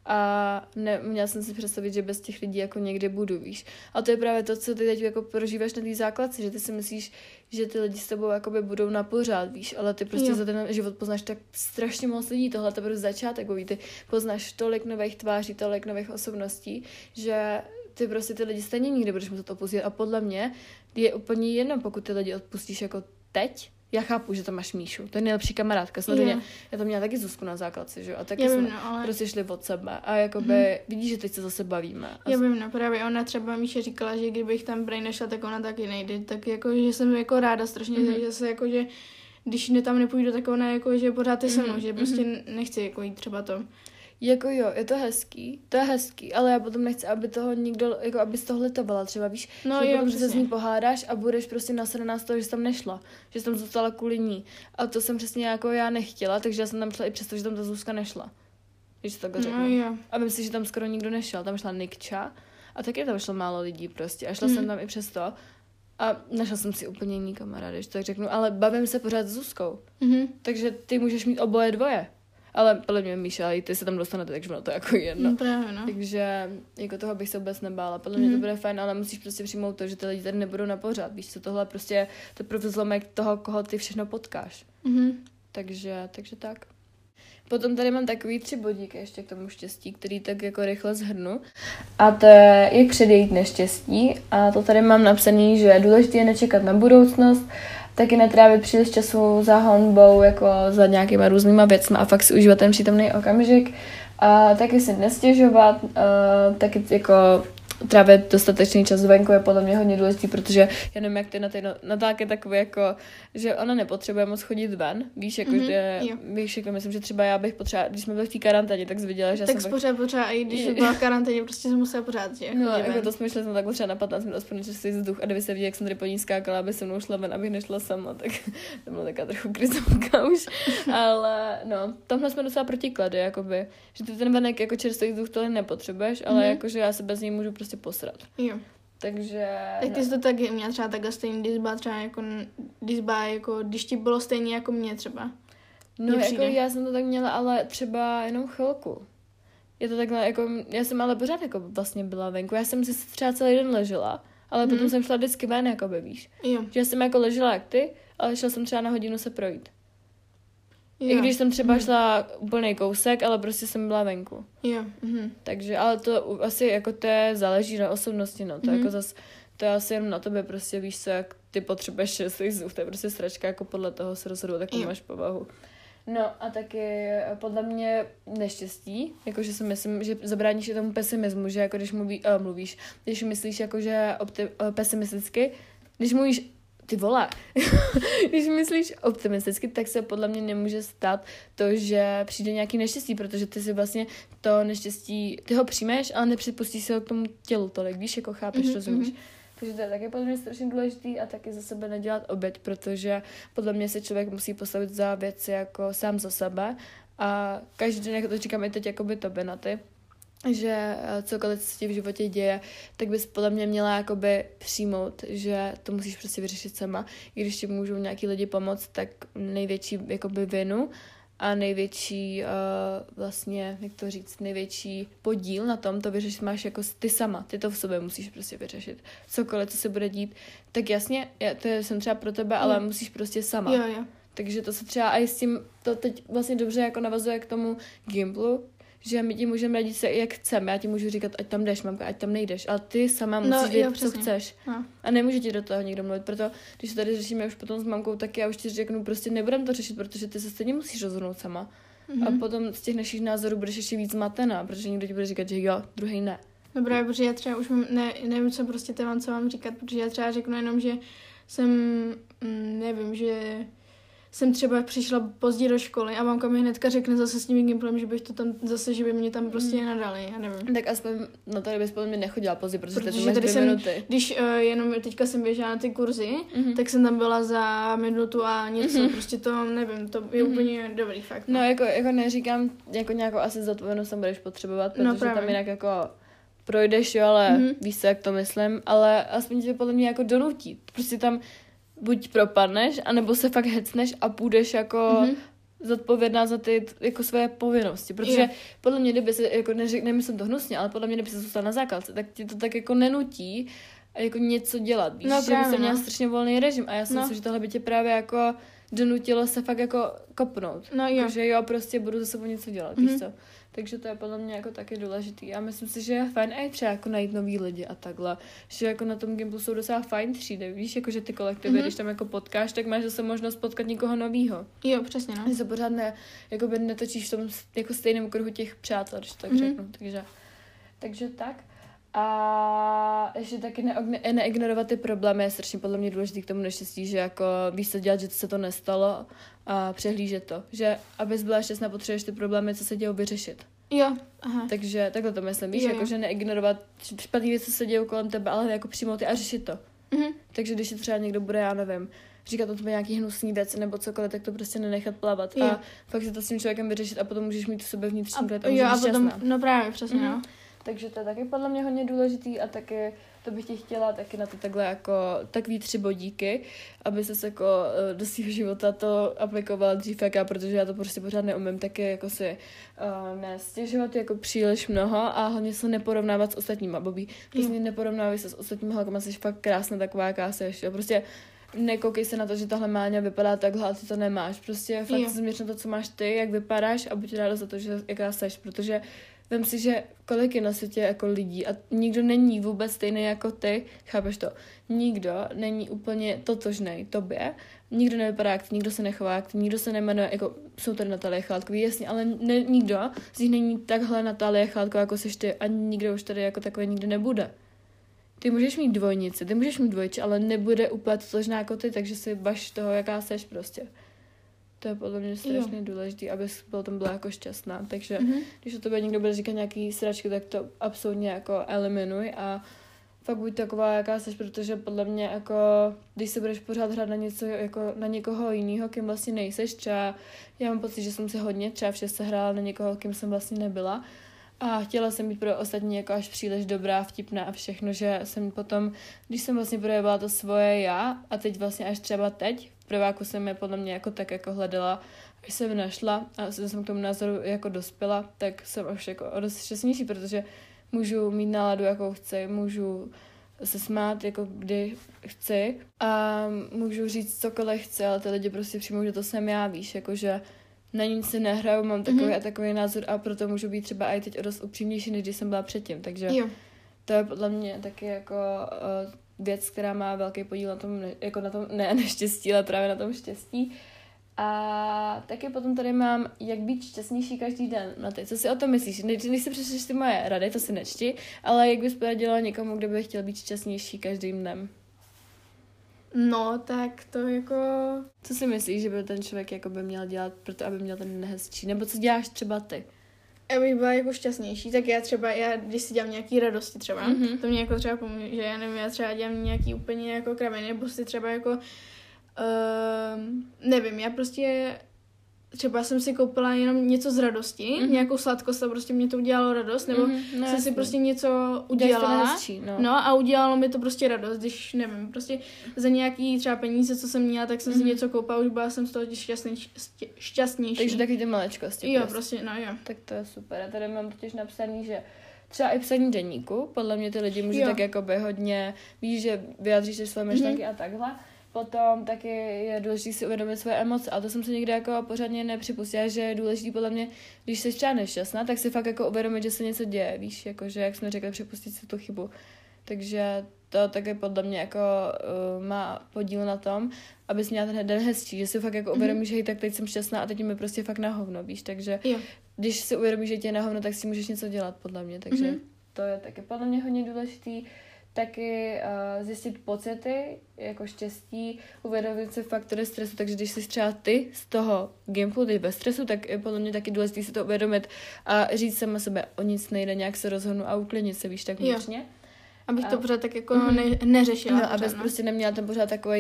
a měla jsem si představit, že bez těch lidí jako někdy budu, víš. A to je právě to, co ty teď jako prožíváš na té základce, že ty si myslíš, že ty lidi s tebou jakoby budou na pořád, víš, ale ty prostě za ten život poznáš tak strašně moc lidí, tohle to bude začátek, ty poznáš tolik nových tváří, tolik nových osobností, že ty prostě ty lidi stejně nikdy budeš muset opustit a podle mě je úplně jedno, pokud ty lidi odpustíš jako teď. Já chápu, že tam máš Míšu, to je nejlepší kamarádka, samozřejmě. Já tam měla taky Zuzku na základce, že? A taky jsme prostě šli od sebe a jakoby vidíš, že teď se zase bavíme. Já vím, no právě ona třeba Míše říkala, že kdybych tam prej nešla, tak ona taky nejde, tak jako, že jsem jako ráda strašně, že se jako, že když tam nepůjdu, tak ona jako, že pořád je se mnou, že prostě nechci jako jít třeba to. Jako jo, je to hezký, ale já potom nechci, aby toho někdo, jako abys toho litovala třeba, víš, no že jo, potom se s ní pohádáš a budeš prostě nasraná z toho, že jsi tam nešla, že jsi tam zůstala kvůli ní. A to jsem přesně jako já nechtěla, takže já jsem tam šla i přesto, že tam ta Zuzka nešla. Když to takhle řeknu. Jo. A myslím si, že tam skoro nikdo nešel, tam šla Nikča a taky tam šlo málo lidí prostě a šla jsem tam i přesto. A našla jsem si úplně jiný kamarády, že tak řeknu, ale bavím se pořád s Zuzkou. Takže ty můžeš mít oboje dvoje. Ale podle mě Míša, i ty se tam dostanete, takže ono to jako jedno. No právě, no. Takže jako toho bych se vůbec nebála. Podle mě to bude fajn, ale musíš prostě přijmout to, že ty lidi tady nebudou na pořád. Víš co, tohle prostě to je zlomek toho, koho ty všechno potkáš. Takže tak. Potom tady mám takový 3 bodíky ještě k tomu štěstí, který tak jako rychle shrnu. A to je, jak předejít neštěstí. A to tady mám napsaný, že důležité je nečekat na budoucnost, taky netrávit příliš času za honbou, jako za nějakýma různýma věcmi a fakt si užívat ten přítomný okamžik. A taky si nestěžovat, taky jako trávit dostatečný čas venku je podle mě hodně důležitý, protože já nevím, jak ty na ty Natálky takové jako, že ona nepotřebuje moc chodit ven, víš, jako, že, víš, jako myslím, že třeba já bych potřeba, když jsme byli v té karanténě, tak jsi viděla, že tak jsem pořád, i když byla v karanténě, prostě jsem musela pořád, že no, jako to jsme šli jsme tak potřeba na 15 minut, aspoň že si vzduch a kdyby se viděla, jak jsem tady po ní skákala, aby se mnou šla ven, abych nešla sama, tak to byla taková trochu krizovka už, ale no, tomhle jsme docela protiklady, jakoby, že ty ten venek jako čerstvý vzduch tohle nepotřebuješ, ale jakože já se bez něj můžu prostě posrat. Jo. Takže... Tak ty jsi to taky měla třeba takhle stejný disba, třeba jako když ti bylo stejně jako mě třeba. No jako já jsem to tak měla, ale třeba jenom chvilku. Je to takhle, jako, já jsem ale pořád jako vlastně byla venku. Já jsem si třeba celý den ležela, ale potom jsem šla vždycky ven, jako víš. Jo. Že jsem jako ležela jak ty, ale šla jsem třeba na hodinu se projít. I když jsem třeba šla úplný kousek, ale prostě jsem byla venku. Jo. Takže, ale to asi jako to záleží na osobnosti, no. To jako zas, to je asi jenom na tobě, prostě víš co, jak ty potřebuješ svých zub, to je prostě sračka, jako podle toho se rozhodovat, jakou máš povahu. No a taky podle mě neštěstí, jakože si myslím, že zabráníš i tomu pesimismu, že jako když mluvíš, když myslíš jakože pesimisticky, když mluvíš, ty vole, když myslíš optimisticky, tak se podle mě nemůže stát to, že přijde nějaký neštěstí, protože ty si vlastně to neštěstí, ty ho přijmeš, ale nepřipustíš se ho k tomu tělu tolik, víš, jako chápeš, rozumíš. Takže to je taky podle mě strašně důležitý a taky za sebe nedělat oběť, protože podle mě se člověk musí postavit za věci jako sám za sebe a každý den, jak to říkám i teď jakoby tobě na ty, že cokoliv se ti v životě děje, tak bys podle mě měla jakoby přijmout, že to musíš prostě vyřešit sama. I když ti můžou nějaký lidi pomoct, tak největší jakoby vinu a největší vlastně, jak to říct, největší podíl na tom to vyřešit máš jako ty sama. Ty to v sobě musíš prostě vyřešit. Cokoliv, co se bude dít, tak jasně, jsem třeba pro tebe, ale musíš prostě sama. Jo. Takže to se třeba i s tím, to teď vlastně dobře jako navazuje k tomu Gimplu, že my ti můžeme radit se, jak chceme. Já ti můžu říkat, ať tam jdeš, mamka, ať tam nejdeš. Ale ty sama musíš vědět, co chceš. No. A nemůže ti do toho nikdo mluvit. Proto, když se tady řešíme už potom s mamkou, tak já už ti řeknu, prostě nebudem to řešit, protože ty se stejně musíš rozhodnout sama. A potom z těch našich názorů budeš ještě víc zmatená, protože někdo ti bude říkat, že jo, druhý ne. Dobré, protože já třeba už nevím, co prostě co mám říkat, protože já třeba řeknu jenom, že jsem, nevím, že jsem třeba přišla pozdě do školy a mamka mi hnedka řekne zase s tím Gimplem, že bych to tam zase, že by mě tam prostě nenadali, já nevím. Tak aspoň na to bys podle mě nechodila pozdě, protože ty máš 2 minuty. Když jenom teďka jsem běžela na ty kurzy, tak jsem tam byla za minutu a něco, prostě to nevím, to je úplně dobrý fakt. No jako neříkám, jako nějakou asi zodpovědnost tam budeš potřebovat, protože tam jinak jako projdeš, jo, ale víš co, jak to myslím, ale aspoň tě podle mě jako donutí. Prostě tam buď propadneš, anebo se fakt hecneš a půjdeš jako zodpovědná za ty jako své povinnosti. Protože podle mě, kdyby se, jako nemyslím to hnusně, ale podle mě, kdyby se zůstal na základce, tak ti to tak jako nenutí jako něco dělat. Víš, že by se měla strašně volný režim a já si myslím, že tohle by tě právě jako donutilo se fakt jako kopnout. Takže jo, prostě budu za sebou něco dělat, víš co. Takže to je podle mě jako taky důležitý. A myslím si, že je fajn i třeba jako najít nový lidi a takhle. Že jako na tom Gimplu jsou docela fajn třídy. Víš, jako že ty kolektivy, když tam jako potkáš, tak máš zase možnost potkat někoho novýho. Jo, přesně, no. Že se pořád netočíš v tom jako stejném kruhu těch přátel, když to tak řeknu. Takže tak. A ještě taky neignorovat ty problémy je strašně podle mě důležitý k tomu neštěstí, že jako víš co dělat, že se to nestalo a přehlížet to. Že abys byla šťastná, potřebuješ ty problémy, co se dějou, vyřešit. Jo, aha. Takže takhle to myslím, víš, jako že neignorovat špatný věci, co se dějou kolem tebe, ale jako přijmout je a řešit to. Takže když si třeba někdo bude, já nevím, říkat o tobě nějaký hnusný věci nebo cokoliv, tak to prostě nenechat plavat a fakt si to s tím člověkem vyřešit a potom můžeš mít v sobě vnitřní klid a můžeš být šťastná. No právě, přesně, no. Takže to je taky podle mě hodně důležitý a taky to bych ti chtěla taky na to takhle jako takový 3 bodíky, aby ses jako do svého života to aplikovala dřív jak já, protože já to prostě pořád neumím taky jako si nestěžovat jako příliš mnoho a hlavně se neporovnávat s ostatníma, Bobby. Prostě neporovnávaj se s ostatníma holkama, jsi fakt krásná taková, jaká seš, jo. Prostě nekoukej se na to, že tahle Máňa vypadá takhle a ty to nemáš. Prostě fakt změř na to, co máš ty, jak vypadáš a buď ráda za to, že jaká seš, protože vem si, že kolik je na světě jako lidí a nikdo není vůbec stejný jako ty, chápeš to? Nikdo není úplně totožnej tobě, nikdo nevypadá jak ty, nikdo se nechová jak ty, nikdo se nejmenuje, jako jsou tady Natálie Chládkový, jasně, ale nikdo z nich není takhle Natálie Chládková, jako seš ty a nikdo už tady jako takový nikdy nebude. Ty můžeš mít dvojnici, ty můžeš mít dvojče, ale nebude úplně totožná jako ty, takže si baš toho, jaká seš prostě. To je podle mě strašně důležité, abys byla jako šťastná. Takže když o tobě někdo bude říkat nějaký sračky, tak to absolutně jako eliminuj a fakt buď taková, jaká jsi, protože podle mě jako, když se budeš pořád hrát na něco, jako na někoho jiného, kým vlastně nejseš, třeba já mám pocit, že jsem si hodně třeba v 6 hrála na někoho, kým jsem vlastně nebyla. A chtěla jsem být pro ostatní jako až příliš dobrá, vtipná a všechno, že jsem potom, když jsem vlastně projevala to svoje já a teď vlastně až třeba teď, v prváku jsem je podle mě jako tak jako hledala, až jsem našla a jsem k tomu názoru jako dospěla, tak jsem už jako dost šťastnější, protože můžu mít náladu, jakou chci, můžu se smát, jako kdy chci a můžu říct cokoliv chci, ale ty lidi prostě přijmou, že to jsem já, víš, jakože na nic si nehraju, mám takový a takový názor a proto můžu být třeba i teď o dost upřímnější, než když jsem byla předtím, takže to je podle mě taky jako věc, která má velký podíl na tom, jako na tom, ne neštěstí, ale právě na tom štěstí. A taky potom tady mám, jak být šťastnější každý den. No ty, co si o tom myslíš? Když si přečteš ty moje rady, to si nečti, ale jak bys poradila někomu, kdo by chtěl být šťastnější každým dnem? No, tak to jako... Co si myslíš, že by ten člověk jako by měl dělat proto, aby měl ten den hezčí? Nebo co děláš třeba ty? Abych byla jako šťastnější, tak já když si dělám nějaký radosti třeba, to mě jako třeba pomůže, že já nevím, já třeba dělám nějaký úplně jako kraviny, nebo si třeba jako nevím, já prostě třeba jsem si koupila jenom něco z radosti, nějakou sladkost a prostě mě to udělalo radost, nebo jsem si prostě něco udělala, hezčí, no a udělalo mi to prostě radost, když nevím, prostě za nějaký třeba peníze, co jsem měla, tak jsem si něco koupila, už byla jsem z toho šťastnější. Takže taky ty maličkosti. Jo, prostě, no jo. Tak to je super. Já tady mám totiž napsaný, že třeba i psaní deníku, podle mě ty lidi můžou tak jakoby hodně, víš, že vyjádříš své myšlenky a takhle. Potom taky je důležité si uvědomit své emoce, a to jsem se někde jako pořádně nepřipustila, že je důležité podle mě, když jsi třeba nešťastná, tak si fakt jako uvědomit, že se něco děje, víš, jakože jak jsme řekli, připustit si tu chybu. Takže to taky podle mě jako má podíl na tom, abys měla ten den hezčí, že si fakt jako uvědomíš, že hej, tak teď jsem šťastná a teď mi prostě fakt na hovno, víš, takže když si uvědomíš, že tě je na hovno, tak si můžeš něco dělat, podle mě, takže to je taky podle mě hodně důležitý. Taky zjistit pocity, jako štěstí, uvědomit si faktory stresu, takže když jsi třeba ty z toho gimplu, ty bez stresu, tak je podle mě taky důležité si to uvědomit a říct sama sebe, o nic nejde, nějak se rozhodnu a uklidnit se, víš, tak vnitřně. Abych to pořád tak jako neřešila. No, abys prostě neměla ten pořád takovej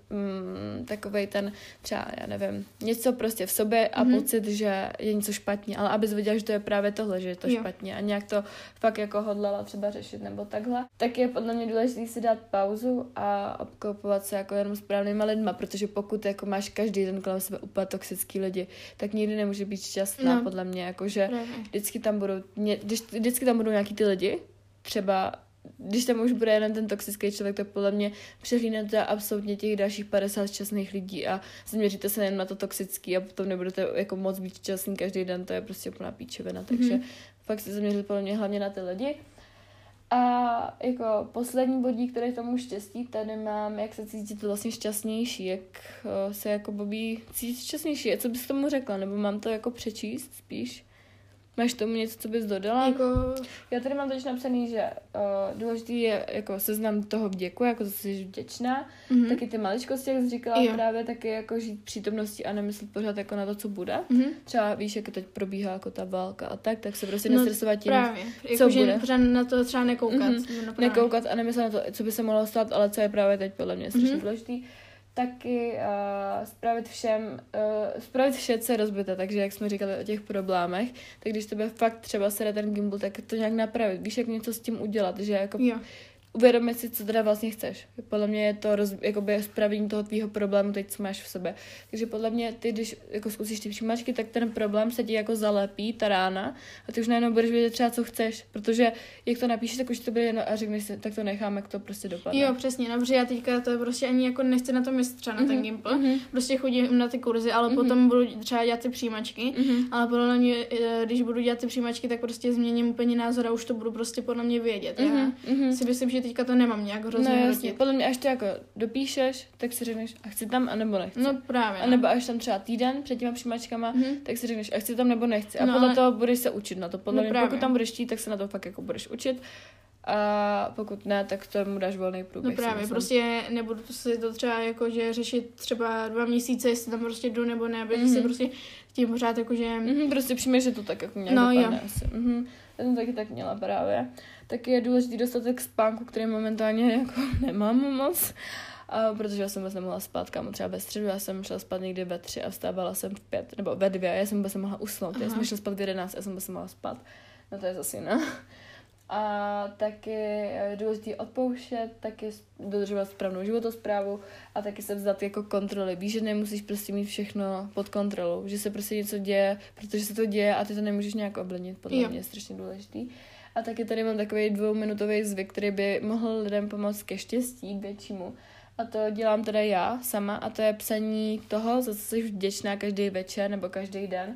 ten třeba, já nevím, něco prostě v sobě a pocit, že je něco špatně, ale abys věděla, že to je právě tohle, že je to špatně a nějak to fakt jako hodlala třeba řešit nebo takhle. Tak je podle mě důležité si dát pauzu a obklopovat se jako jenom správnýma lidma, protože pokud jako máš každý den kolem sebe úplně toxický lidi, tak nikdy nemůže být šťastná, podle mě, jakože vždycky tam budou nějaký ty lidi, třeba když tam už bude jeden ten toxický člověk, tak podle mě přehlídnete absolutně těch dalších 50 šťastných lidí a zaměříte se jen na to toxický a potom nebudete jako moc být šťastný každý den, to je prostě úplná píčovina, takže fakt se zaměřit podle mě hlavně na ty lidi. A jako poslední bodík, který tomu štěstí, tady mám, jak se cítit vlastně šťastnější, jak se jako Bobby cítit šťastnější, co bys tomu řekla, nebo mám to jako přečíst spíš? Máš tomu něco, co bys dodala? Jako... Já tady mám totiž napsaný, že důležitý je jako seznam toho vděku, jako co jsi vděčná, taky ty maličkosti, jak jsi říkala, právě taky jako žít přítomnosti a nemyslet pořád jako na to, co bude. Třeba víš, jak teď probíhá jako ta válka a tak se prostě nestresovat tím, co jako, bude. Pořád na to třeba nekoukat. Nekoukat a nemyslet na to, co by se mohlo stát, ale co je právě teď podle mě strašně důležitý. Taky spravit vše, co je rozbité, takže jak jsme říkali o těch problémech, tak když tebe fakt třeba sere ten gimbal, tak to nějak napravit, víš, jak něco s tím udělat, že jako uvědomit si, co teda vlastně chceš. Podle mě je to jakoby spravění toho tvýho problému teď, co máš v sobě. Takže podle mě ty, když jako zkusíš ty přijímačky, tak ten problém se ti jako zalepí, ta rána, a ty už najednou budeš vědět třeba, co chceš, protože jak to napíšeš, tak už to bude jedno a řekneš si, tak to nechám, jak to prostě dopadne. Jo, přesně, no, protože já teďka to prostě ani jako nechci na to myslet třeba na ten gimbal, prostě chodím na ty kurzy, ale potom budu třeba dělat ty přijímačky, ale podle mě, když budu dělat ty přijímačky, tak prostě změním úplně názor a už to budu prostě podle mě vědět. Já si myslím, že teďka to nemám nějak hrozně hrotit. Podle mě, až to jako dopíšeš, tak si řekneš, a chci tam, anebo nechci. No právě. A nebo až tam třeba týden před těma přijímačkama, tak si řekneš, a chci tam, nebo nechci. A podle toho budeš se učit na to. Podle mě, pokud tam budeš chtít, tak se na to fakt jako budeš učit. A pokud ne, tak tomu dáš volný průběh. No právě, prostě nebudu si to třeba jako, že řešit třeba 2 měsíce, jestli tam prostě jdu nebo ne, protože si prostě tím pořád jako, že... prostě přijmeš, že to tak jako nějak dopadne asi. Já jsem taky tak měla právě. Taky je důležitý dostatek spánku, který momentálně jako nemám moc. Protože já jsem vůbec nemohla spát, kámo, třeba ve středu, já jsem šla spát někdy ve 3 a vstávala jsem v 5, nebo ve 2, já jsem vůbec nemohla usnout, já jsem šla spát v 11, já jsem vůbec nemohla spát, no to je zase jiná. A taky je důležité odpouštět, taky dodržovat správnou životosprávu a taky se vzdat jako kontroly. Víš, že nemusíš prostě mít všechno pod kontrolou, že se prostě něco děje, protože se to děje a ty to nemůžeš nějak ovlivnit, podle mě je strašně důležitý. A taky tady mám takový 2minutový zvyk, který by mohl lidem pomoct ke štěstí, k většímu. a to dělám teda já sama a to je psaní toho, za co jsi vděčná každý večer nebo každý den,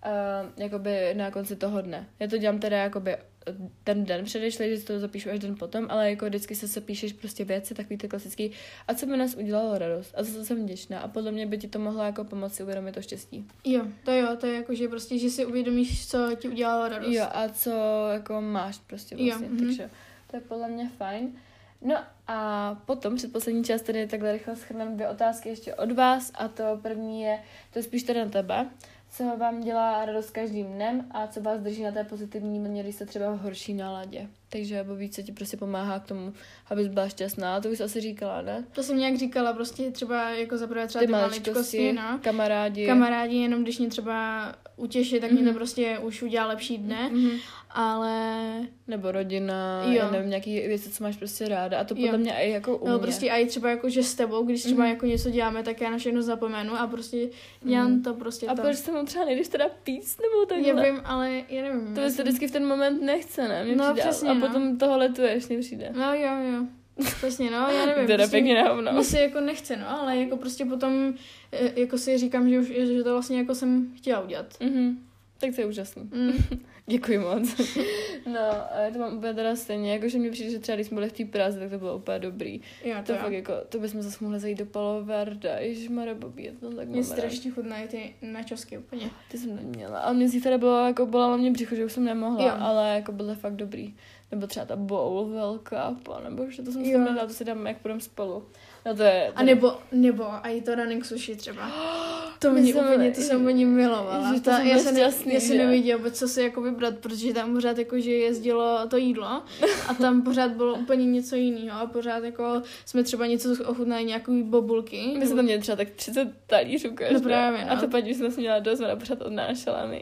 jakoby na konci toho dne. Já to dělám teda jakoby ten den předešlý, že si to zapíšu až den potom, ale jako vždycky se píšeš prostě věci, takový ty klasický, a co mi nás udělalo radost a za co jsem vděčná a podle mě by ti to mohlo jako pomoci uvědomit to štěstí. Jo, to je jako, že prostě, že si uvědomíš, co ti udělalo radost. Jo, a co jako máš prostě vlastně, takže to je podle mě fajn. No a potom předposlední část tady takhle rychle shrneme 2 otázky ještě od vás a to první je, to je spíš teda na tebe, co vám dělá radost každým dnem a co vás drží na té pozitivní vlně, když jste třeba v horší náladě. Takže nebo víc, co ti prostě pomáhá k tomu, abys byla šťastná. To už jsi asi říkala, ne? To jsem nějak říkala, prostě třeba jako zaprvé třeba ty maličkosti, no. Kamarádi, jenom když mě třeba utěší, tak mě to prostě už udělá lepší dne, ale... Nebo rodina, já nevím, nějaký věci, co máš prostě ráda a to podle mě i jako u mě. No prostě i třeba jako, že s tebou, když třeba jako něco děláme, tak já na všechno zapomenu a prostě dělám to prostě a to. A proč se mu třeba nejdeš teda pít nebo takhle? Já vím, ale já nevím. To se vždycky v ten moment nechce, ne? No přesně, a potom toho letuješ, mně přijde. No jo. Přesně, no, já nevím. Teda prostě, pěkně na hovno. Mně se jako nechce, no, ale jako prostě potom jako si říkám, že to vlastně jako jsem chtěla udělat. Tak to je úžasný. Děkuji moc. No, to mám úplně teda stejně, jakože mi přijde, že třeba když jsme byli v té Praze, tak to bylo úplně dobrý. Jo, to fakt jako, to bychom zase mohli zajít do Palo Verde, ježišmarja Bobí, je to tak mě strašně chutnají ty načosky úplně. Ty jsem neměla, ale mě teda bylo, jako bolalo mě břicho, že už jsem nemohla, ale jako byly fakt dobrý. Nebo třeba ta bowl velká, nebo že to jsem si tam nedala, to si dám, jak půjdem spolu. No to je... A nebo a i to running sushi třeba. To mě úplně, to jsem oni milovala. Já jsem nevěděla, co si jako vybrat, protože tam pořád jako, že jezdilo to jídlo a tam pořád bylo úplně něco jiného a pořád jako jsme třeba něco ochutnali, nějaký bobulky. My jsme tam měli třeba tak 30 talířů každá. No právě, no. A to paní jsme měla dost, ona pořád odnášela mi.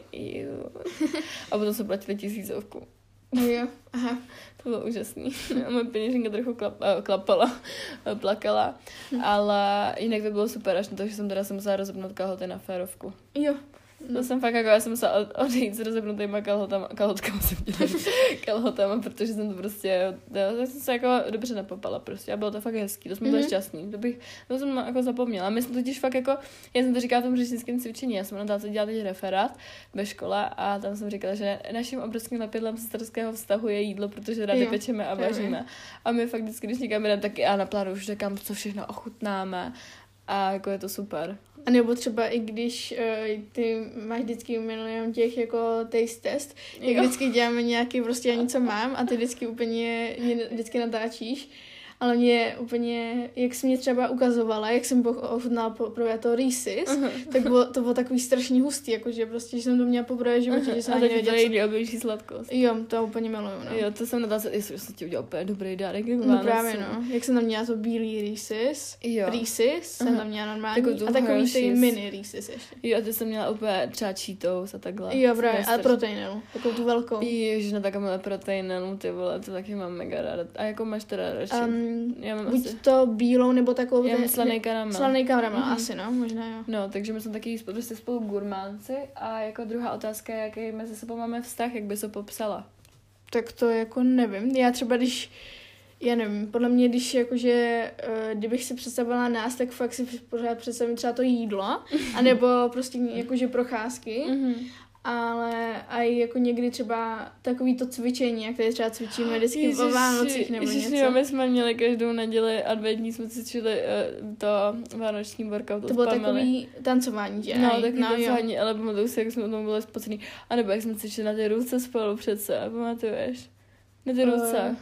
A potom jsme platili 1000. Jo, aha. To bylo úžasný. A moje peněženka trochu plakala, ale jinak to bylo super, až na to, že jsem teda se musela rozepnout kalhoty na férovku. Jo. To jsem fakt jako, já jsem musela odejít s rozepnutýma kalhotama, protože jsem to prostě, já jsem se jako dobře napopala prostě a bylo to fakt hezký, to jsme byli šťastný, to jsem jako zapomněla. My jsme totiž fakt jako, já jsem to říkala v tom řečnickém cvičení, já jsem na dálce dělala teď referát ve škole a tam jsem říkala, že naším obrovským lepidlem sesterského vztahu je jídlo, protože rádi pečeme a vaříme. A my fakt vždycky, když někam jdeme, tak já na plánu už říkám, co všechno ochutnáme a jako je to super. A nebo třeba i když ty máš vždycky milion těch jako taste test, jak vždycky děláme nějaký prostě já něco mám a ty vždycky úplně vždycky natáčíš, ale mě úplně, jak jsi mě třeba ukazovala, jak jsem ochutnala poprvé to Reese's, tak to bylo takový strašně hustý, jakože prostě, že jsem to měla poprvé v životě, že jsem ani nevěděla. A tak to je nejoblíbenější sladkost. Jo, to úplně miluju, no. Jo, to jsem natáčela, jestli jsem ti udělala úplně dobrý dárek. No právě, no. Jak jsem tam měla to bílý Reese's, jsem tam měla normální a takový ty mini Reese's ještě. Jo, a ty jsem měla úplně třeba Cheetos a takhle. Jo, právě, ale proteinelu, takovou tu velkou. Ježiš, no takovou proteinelu, ty vole, to taky mám mega ráda. A jako máš teda radši? Já mám buď asi to bílou, nebo takovou... Já mám slaný karamel. Slaný karamel, asi no, možná jo. No, takže my jsme taky prostě spolu gurmánci a jako druhá otázka je, jaký mezi sebou máme vztah, jak bys to popsala? Tak to jako nevím. Já třeba já nevím, podle mě, když jakože, kdybych si představila nás, tak fakt si pořád představím třeba to jídlo, anebo prostě jakože procházky. Ale i jako někdy třeba takový to cvičení, jak tady třeba cvičíme vždycky o Vánocích nebo něco. Jo, my jsme měli každou neděli adventní, jsme cvičili to vánoční workout. To bylo takový tancování, že? No, takový tancování, ale pamatuju si, jak jsme o tom byli spocený. A nebo jak jsme cvičili na ty ruce spolu přece, pamatuješ? Na ty ruce.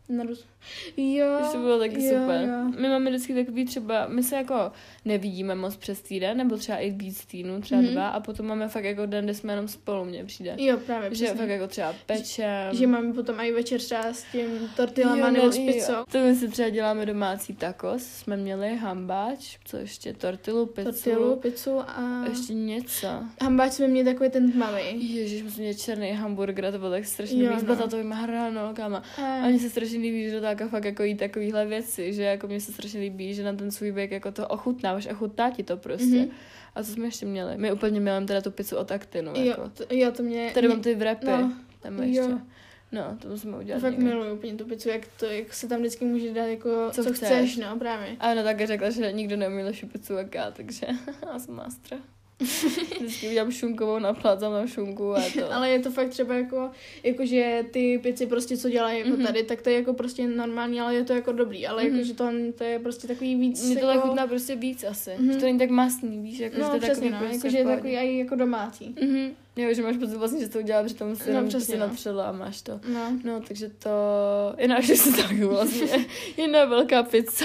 Jo. Už to bylo taky super. Jo. My máme vždycky takový třeba, my se jako nevidíme moc přes týden, nebo třeba i víc týdnů, třeba 2, a potom máme fakt jako den, kde jsme jenom spolu, mně přijde. Jo, právě, že fakt jako třeba pečem. Že máme potom i večer třeba s tím tortillama nebo s pizzou. To my si třeba děláme domácí tacos, jsme měli hambáč, co ještě, tortillu, pizzu a... ještě něco. Hambáč jsme měli takový ten tmavý. Ježiš, my jsme měli černý hamburger, to bylo tak strašně líbí, s batatovými hranolkama. A mně se strašně líbí, že táka fakt jako jí takovýhle věci, že jako mně se strašně líbí, že na ten svůj věk jako to ochutnáváš a chutná ti to prostě. A co jsme ještě měli? My úplně měli teda tu pizzu od Actinu. Jako. Jo, to mě... Tady mám ty wrapy. No, tam ještě. No, to musíme udělat. Fakt miluju úplně tu pizzu, jak se tam vždycky může dát jako co chceš, no právě. Ano, také řekla, že nikdo neumí lepší pizzu jak já, takže já jsem master. Vždycky udělám šunkovou, naplácám na šunku a to. Ale je to fakt třeba jakože ty pizzy prostě, co dělají jako tady, tak to je jako prostě normální, ale je to jako dobrý, ale jakože to je prostě takový víc. Mně to jako... chutná prostě víc asi, že to není tak masný, víš, jako, no, že to je přesně, takový no, prostě jakože je takový aj jako domácí. Jo, že máš pocit vlastně, že to udělala, protože tam se prostě natřela a máš to. No, takže to je naše se tak vlastně jedna velká pizza.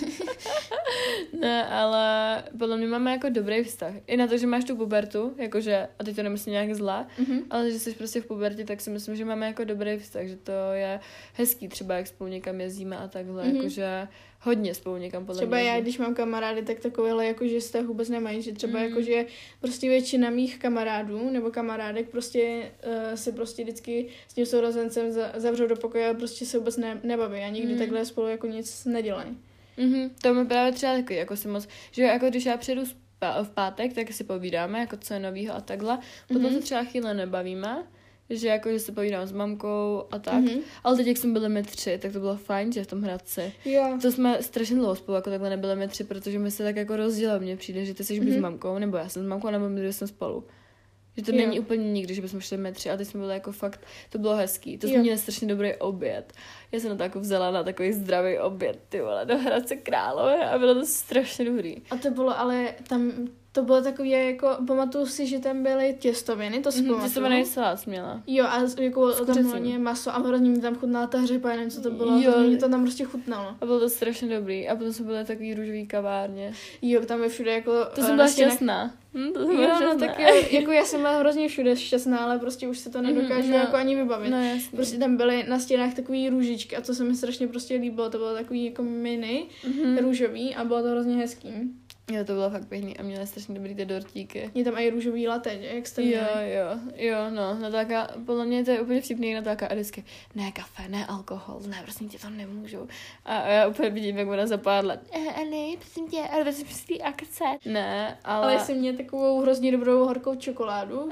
Ne, ale podle mě máme jako dobrý vztah. I na to, že máš tu pubertu, jakože, a teď to nemyslím nějak zlá, ale že jsi prostě v pubertě, tak si myslím, že máme jako dobrý vztah, že to je hezký třeba, jak spolu někam jezdíme a takhle, jakože hodně spolu někam podle třeba mě. Já, když mám kamarády, tak takovéhle jakože vztah vůbec nemají, že třeba jakože prostě většina mých kamarádů nebo kamarádek prostě se prostě vždycky s tím sourozencem zavřou do pokoje a prostě se vůbec nebaví a nikdy takhle spolu jako nic nedělají. To mi právě třeba takový, jako si moc, že jako když já přijedu v pátek, tak si povídáme, jako co je novýho a takhle, potom se třeba chvíle nebavíme, že jako, že se povídám s mamkou a tak, ale teď, jak jsme byli my 3, tak to bylo fajn, že v tom Hradci. Jo. To jsme strašně dlouho spolu, jako takhle nebyli my 3, protože my se tak jako rozdělili, mně přijde, že ty jsi buď s mamkou, nebo já jsem s mamkou, nebo my jsme spolu. Že to není úplně nikdy, že bychom šli my 3 a teď jsme byli jako fakt, to bylo hezký. To jsme měli strašně dobrý oběd. Já jsem na to jako vzala na takový zdravý oběd, ty vole, do Hradce Králové a bylo to strašně dobrý. A to bylo ale tam, to bylo takový jako, pamatuju si, že tam byly těstoviny, to si pamatuju. Těstoviny salát měla. Jo, a jako tam hlavně maso a hrozně mi tam chutnala ta hřepa, nevím, co to bylo, mě to tam prostě chutnalo. A bylo to strašně dobrý a potom jsme byli takový růžový kavárně. Jo, tam je všude jako... To jsem byla šťastná. Tak jako já jsem byla hrozně všude šťastná, ale prostě už se to nedokážu jako ani vybavit. No, jasně. Prostě tam byly na stěnách takový růžičky a to se mi strašně prostě líbilo, to bylo takový jako mini růžový a bylo to hrozně hezký. Jo, to bylo fakt pěkný a měla strašně dobrý ty dortíky. Je tam i růžový latte, jak jste měli. Jo, no, Natáka, podle mě to je úplně vtipný, Natáka a vždycky, ne kafe, ne alkohol, ne, prostě tě to nemůžu. A já úplně vidím, jak ona zapádla, ne, prosím tě, ale vezmi si akce. Ne, ale jsem měla takovou hrozně dobrou horkou čokoládu.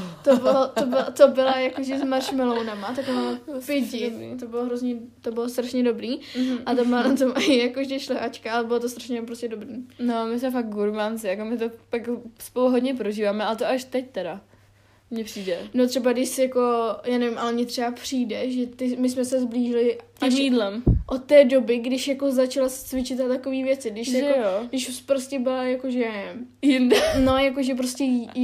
To byla jakože s marshmallowama, taková pidi. To bylo strašně dobrý. A to má na tom i jakože šlehačka, ale bylo to strašně prostě dobrý. No, my jsme fakt gurmánci, jako my to pak spolu hodně prožíváme, ale to až teď teda. Mně přijde. No třeba když si jako, já nevím, ale mně třeba přijde, že my jsme se zblížili až jídlem. Od té doby, když jako začala cvičit a takové věci, když už prostě byla jakože jinde. No, jakože prostě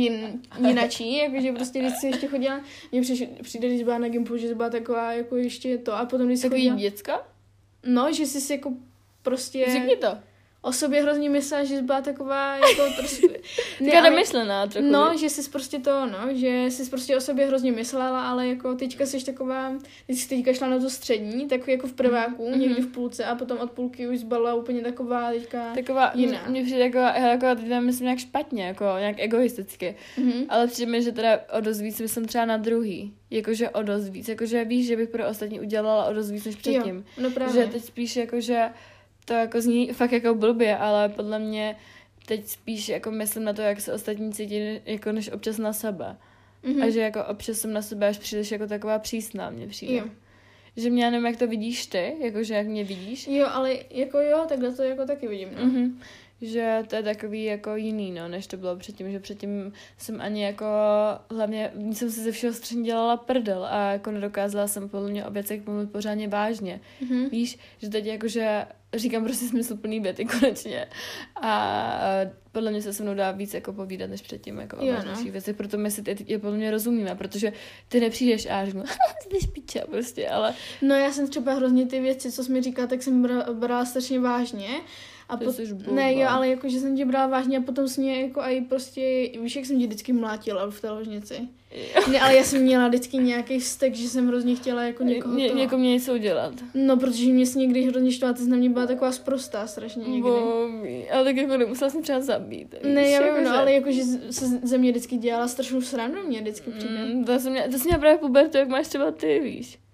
jinačí, jakože prostě když si ještě chodila, mně přijde, když byla na gympu, že byla taková jako ještě to a potom když si takový děcka? No, že jsi si jako prostě... Řekni to. O sobě hrozně myslela, že jsi byla taková jako prostě... Taková nemyšlená trochu. No, že jsi prostě že jsi prostě o sobě hrozně myslela, ale jako teďka jsi taková, když jsi teďka šla na tu střední, tak jako v prváku, někdy v půlce a potom od půlky už byla úplně taková teďka jiná. Mně přijde jako teď myslím nějak špatně, jako nějak egoisticky, ale přijde mi, že teda o dost víc myslím třeba na druhý, jakože o dost víc, jakože víš, že bych pro ostatní udělala o dost víc než předtím. Jo, no právě. Že teď spíš jakože to jako zní fakt jako blbě, ale podle mě teď spíš jako myslím na to, jak se ostatní cítí, jako než občas na sebe. A že jako občas jsem na sebe až příliš jako taková přísná, mně přijde. Jo. Že mě, já nevím, jak to vidíš ty, jakože jak mě vidíš. Jo, ale jako jo, takhle to jako taky vidím, no. Že to je takový jako jiný, no, než to bylo předtím, že předtím jsem ani jako, hlavně jsem si ze všeho strašně dělala prdel a jako nedokázala jsem podle mě o věcech mluvit pořádně vážně. Víš, že teď jakože říkám prostě smysluplný věty konečně a podle mě se mnou dá víc jako povídat než předtím jako o vážnějších věcech, proto my si ty podle mě rozumíme, protože ty nepřijdeš a řeknu, ty jdeš píče prostě, ale... No já jsem třeba hrozně ty věci, co jsi mi říkala, tak jsem brala strašně vážně. A ne, jo, ale jako, že jsem tě brala vážně a potom jsem mě jako aj prostě, víš, jak jsem tě vždycky mlátila v té ložnici. Ne, ale já jsem měla vždycky nějaký vztek, že jsem hrozně chtěla jako někoho někomu něco udělat. No, protože mě se někdy hrozně štvala, ty jsi na mě byla taková sprostá strašně někdy. Ale tak jako nemusela jsem třeba zabít. Ne, já vím, no, ale jako, že se ze mě vždycky dělala strašnou srandu, mě vždycky přijde. To jsi měla právě pubertu, jak máš třeba ty, víš.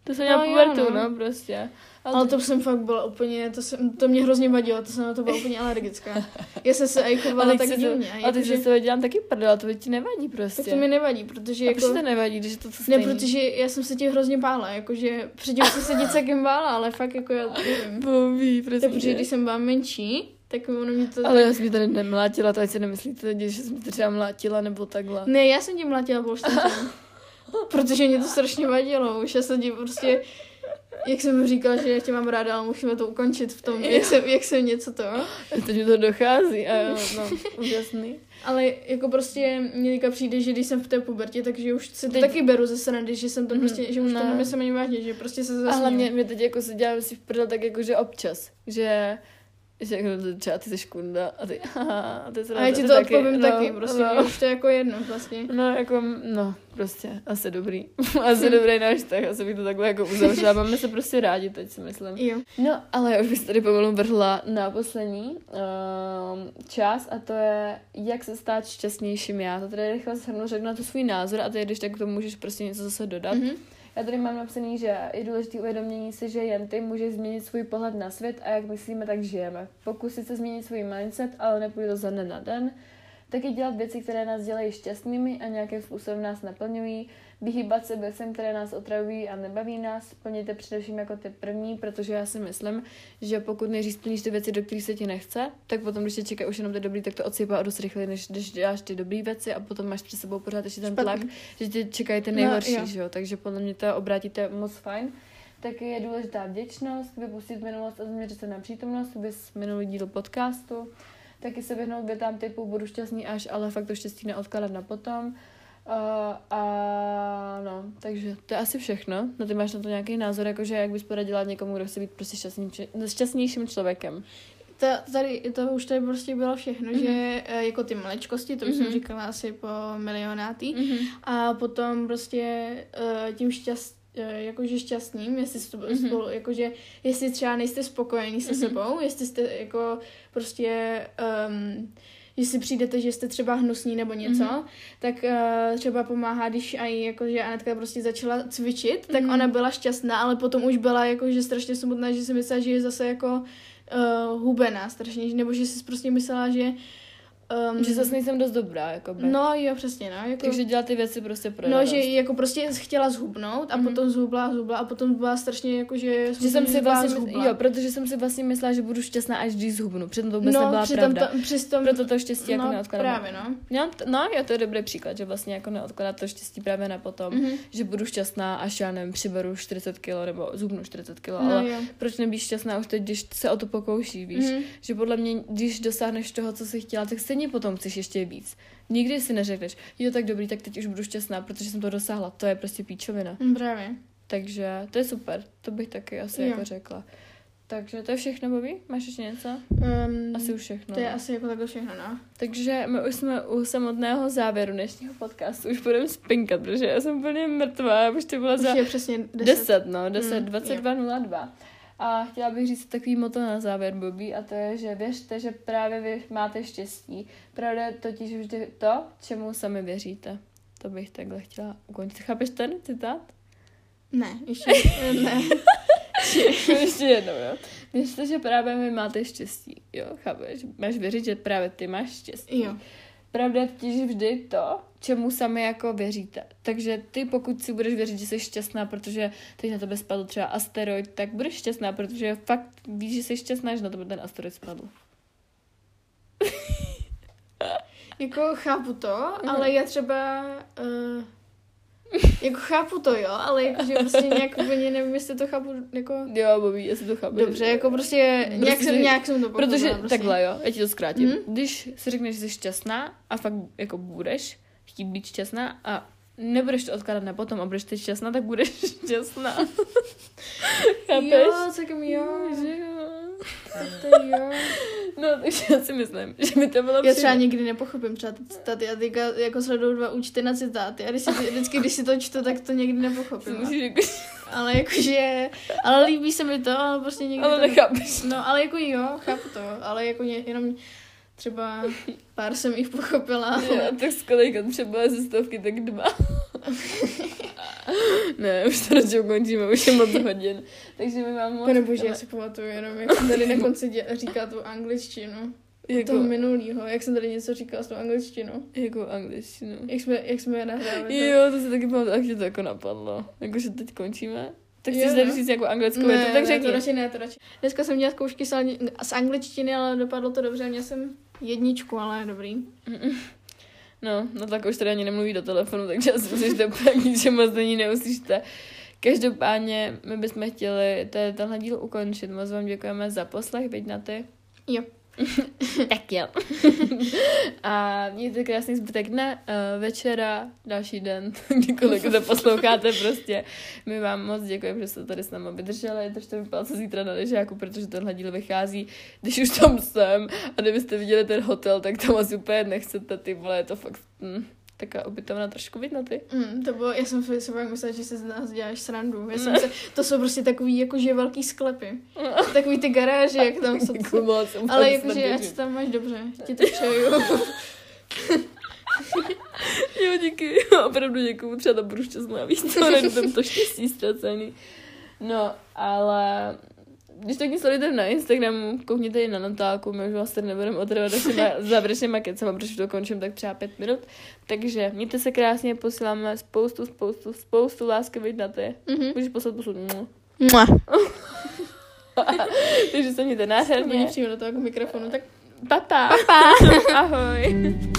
To jsem měla pubertu, no, prostě. Ale to jsem fakt byla úplně, to mě hrozně vadilo, to jsem na to byla úplně alergická. Já jsem se i chovala tak divně. A ty se toho dělám taky prdel, to ti nevadí prostě. Tak to mi nevadí, protože a proč to nevadí, když je to stejný? Ne, protože já jsem se tím hrozně bála, jakože předtím jsem se tím celkem bála, ale fakt jako já nevím. Boví, prostě. Protože když jsem byla menší, tak ono mě to... Ale já jsem mě tady nemlátila, to ať si nemyslíte, že jsem tě třeba mlátila nebo takhle. Ne, já jsem tě mlátila polštářem. Protože mě to strašně vadilo, už já jsem ti prostě... Jak jsem říkala, že já tě mám ráda, ale musíme to ukončit v tom, jak jsem něco to. Teď mi to dochází a jo, no, úžasný. Ale jako prostě mě teďka přijde, že když jsem v té pubertě, takže už si to taky beru ze srandy, že jsem to prostě, že už to nemyslím ani vážně, že prostě se zasním. A hlavně mě teď jako se dělám si v prdel tak jako, že občas, že jako třeba ty jsi škunda a ty a já ti to odpovím taky, prostě už to je jako jedno vlastně. No jako, no prostě, asi dobrý. Asi dobrý náš tak, asi bych to takhle jako uzavřela. Máme se prostě rádi teď, si myslím. Jo. No, ale já už bych tady pomalu vrhla na poslední část a to je, jak se stát šťastnějším já. To tady rychle shrnu, řeknu na to svůj názor a ty když tak k tomu můžeš prostě něco zase dodat. Mm-hmm. Já tady mám napsaný, že je důležité uvědomění si, že jen ty můžeš změnit svůj pohled na svět a jak myslíme, tak žijeme. Pokusit se změnit svůj mindset, ale nepůjde to ze dne na den. Taky dělat věci, které nás dělají šťastnými a nějakým způsobem nás naplňují. Vyhýbat se věcem, které nás otravují a nebaví nás. Plněte především jako ty první, protože já si myslím, že pokud nejdřív splníš ty věci, do kterých se ti nechce, tak potom, když tě čeká už jenom ty dobrý, tak to odsypá o dost rychleji, než když děláš ty dobrý věci a potom máš před sebou pořád ještě ten tlak, že tě čekají ty nejhorší, že jo? Takže podle mě to obrátíte moc fajn. Taky je důležitá vděčnost, vypustit minulost a zaměřit se na přítomnost, bys minulý díl podcastu. Taky se vyhnout větám typu budu šťastný až, ale fakt to štěstí neodkládat na potom. No, takže to je asi všechno. No ty máš na to nějaký názor, jakože jak bys poradila někomu, kdo chce být prostě šťastnějším člověkem? To už tady prostě bylo všechno, že jako ty maličkosti, to už jsem říkala asi po milionátý, a potom prostě tím jakože šťastným, jestli spolu, jakože jestli třeba nejste spokojení se sebou, jestli jste jako prostě jestli přijdete, že jste třeba hnusní nebo něco, tak třeba pomáhá, když aj jakože Anetka prostě začala cvičit, tak ona byla šťastná, ale potom už byla jakože strašně smutná, že si myslela, že je zase jako hubená strašně, nebo že si prostě myslela, že že zase nejsem dost dobrá, jakoby. No jo, přesně, no. Jako, takže dělat ty věci prostě pro radost. No, že jako prostě chtěla zhubnout a potom zhubla a potom byla strašně jakože jsem si vlastně, jo, protože jsem si vlastně myslela, že budu šťastná, až když zhubnu. Přitom to vůbec nebyla pravda. Proto to štěstí jako neodkladám. Právě, no. No, jo, to je dobrý příklad, že vlastně jako neodkladat to štěstí právě na potom, že budu šťastná, až já nevím, přiberu 40 kg nebo zhubnu 40 kg, ale proč nebýt šťastná už teď, když se o to pokouší, víš? Že podle mě, když dosáhneš toho, co jsi chtěla, tak stejně potom chceš ještě víc. Nikdy si neřekneš, jo, tak dobrý, tak teď už budu šťastná, protože jsem to dosáhla. To je prostě píčovina. Právě. Takže to je super. To bych taky asi jako řekla. Takže to je všechno, Bobby? Máš ještě něco? Asi už všechno. To je asi jako takhle všechno, no. Takže my už jsme u samotného závěru dnešního podcastu. Už budeme spinkat, protože já jsem úplně mrtvá. Už to bylo za... Už je přesně 10, 22:02. A chtěla bych říct takový motto na závěr, Bobby, a to je, že věřte, že právě vy máte štěstí. Pravda je totiž vždy to, čemu sami věříte. To bych takhle chtěla ukončit. Chápeš ten citát? Ne, ještě ne. Ještě jednou, jo. Věřte, že právě vy máte štěstí, jo, chápeš? Máš věřit, že právě ty máš štěstí. Jo. Pravda je totiž vždy to, čemu sami jako věříte. Takže ty, pokud si budeš věřit, že jsi šťastná, protože teď na tebe spadl třeba asteroid, tak budeš šťastná, protože fakt víš, že jsi šťastná, že na tebe ten asteroid spadl. Jako chápu to, ale já třeba... jako chápu to, jo, ale jakože prostě nějak úplně nevím, jestli to chápu, jako... Jo, Bobby, jestli to chápu. Dobře, jako prostě nějak jsem to pochopila. Protože prostě. takhle, jo, já ti to zkrátím. Když si řekneš, že jsi šťastná a fakt jako budeš chtít být šťastná a nebudeš to odkládat na potom a budeš teď šťastná, tak budeš šťastná. Chápeš? Jo, celkem jo. Že jo. Tak to jo. No, takže já si myslím, že by to bylo já třeba nikdy nepochopím třeba ty citáty. Já teďka jako sleduju 2 účty na citáty a vždycky, když si to čtu, tak to někdy nepochopím. Ale jakože, ale líbí se mi to, ale prostě někdy ale to... nechápeš. No, ale jako jo, chápu to, ale jako jenom třeba pár jsem jich pochopila. Ale... Jo, tak z kolika třeba ze 100, tak 2. Ne, už to radši ukončíme, už je moc hodin. Takže my vám moc... Pane bože, já si pamatuju jenom, jak jsem tady na konci říkala tu angličtinu. Jako... Toho minulýho, jak jsem tady něco říkala s tou angličtinou. Jako angličtinu. Jak jsme je nahrávali. Jo, to si taky pamatuju, jak tě to jako napadlo. Jakože teď končíme. Tak chceš tady říct jako anglickou větu, tak řekni. To radši. Dneska jsem měla zkoušky z angličtiny, ale dopadlo to dobře. Měla jsem 1, ale dobrý. No tak už tady ani nemluví do telefonu, takže asi musíte úplně ničemu z ní neuslyšte. Každopádně my bychom chtěli tenhle díl ukončit. Moc vám děkujeme za poslech, veď na ty. Jo. Tak jo. A mějte krásný zbytek dne, večera, další den, kdykoliv to posloucháte prostě. My vám moc děkujeme, že jste tady s námi vydrželi, držte mi palce zítra na ležáku, protože tenhle díl vychází, když už tam jsem. A kdybyste viděli ten hotel, tak tam asi úplně nechcete, ty vole, je to fakt... Taková ubytovna trošku vidno ty. To bylo, já jsem si fakt myslela, že se z nás děláš srandu. To jsou prostě takový jakože velký sklepy. Takový ty garáže, jak tam jsou. Ale jakože ať tam máš dobře, ti to přeju. Jo, díky, opravdu děkuju, třeba tam budu šťastná, víš co, nejdu tam to štěstí ztracený. No, ale... Když tak mě sledujete na Instagramu, koukněte i na Natálku, my už vás tady nebudeme otrvat závěrečnýma kecama, protože to končím tak třeba 5 minut. Takže mějte se krásně, posíláme spoustu lásky, veď na ty. Můžeš poslat Takže se mějte nádherně. Přímo do toho mikrofonu, tak papa. Ahoj.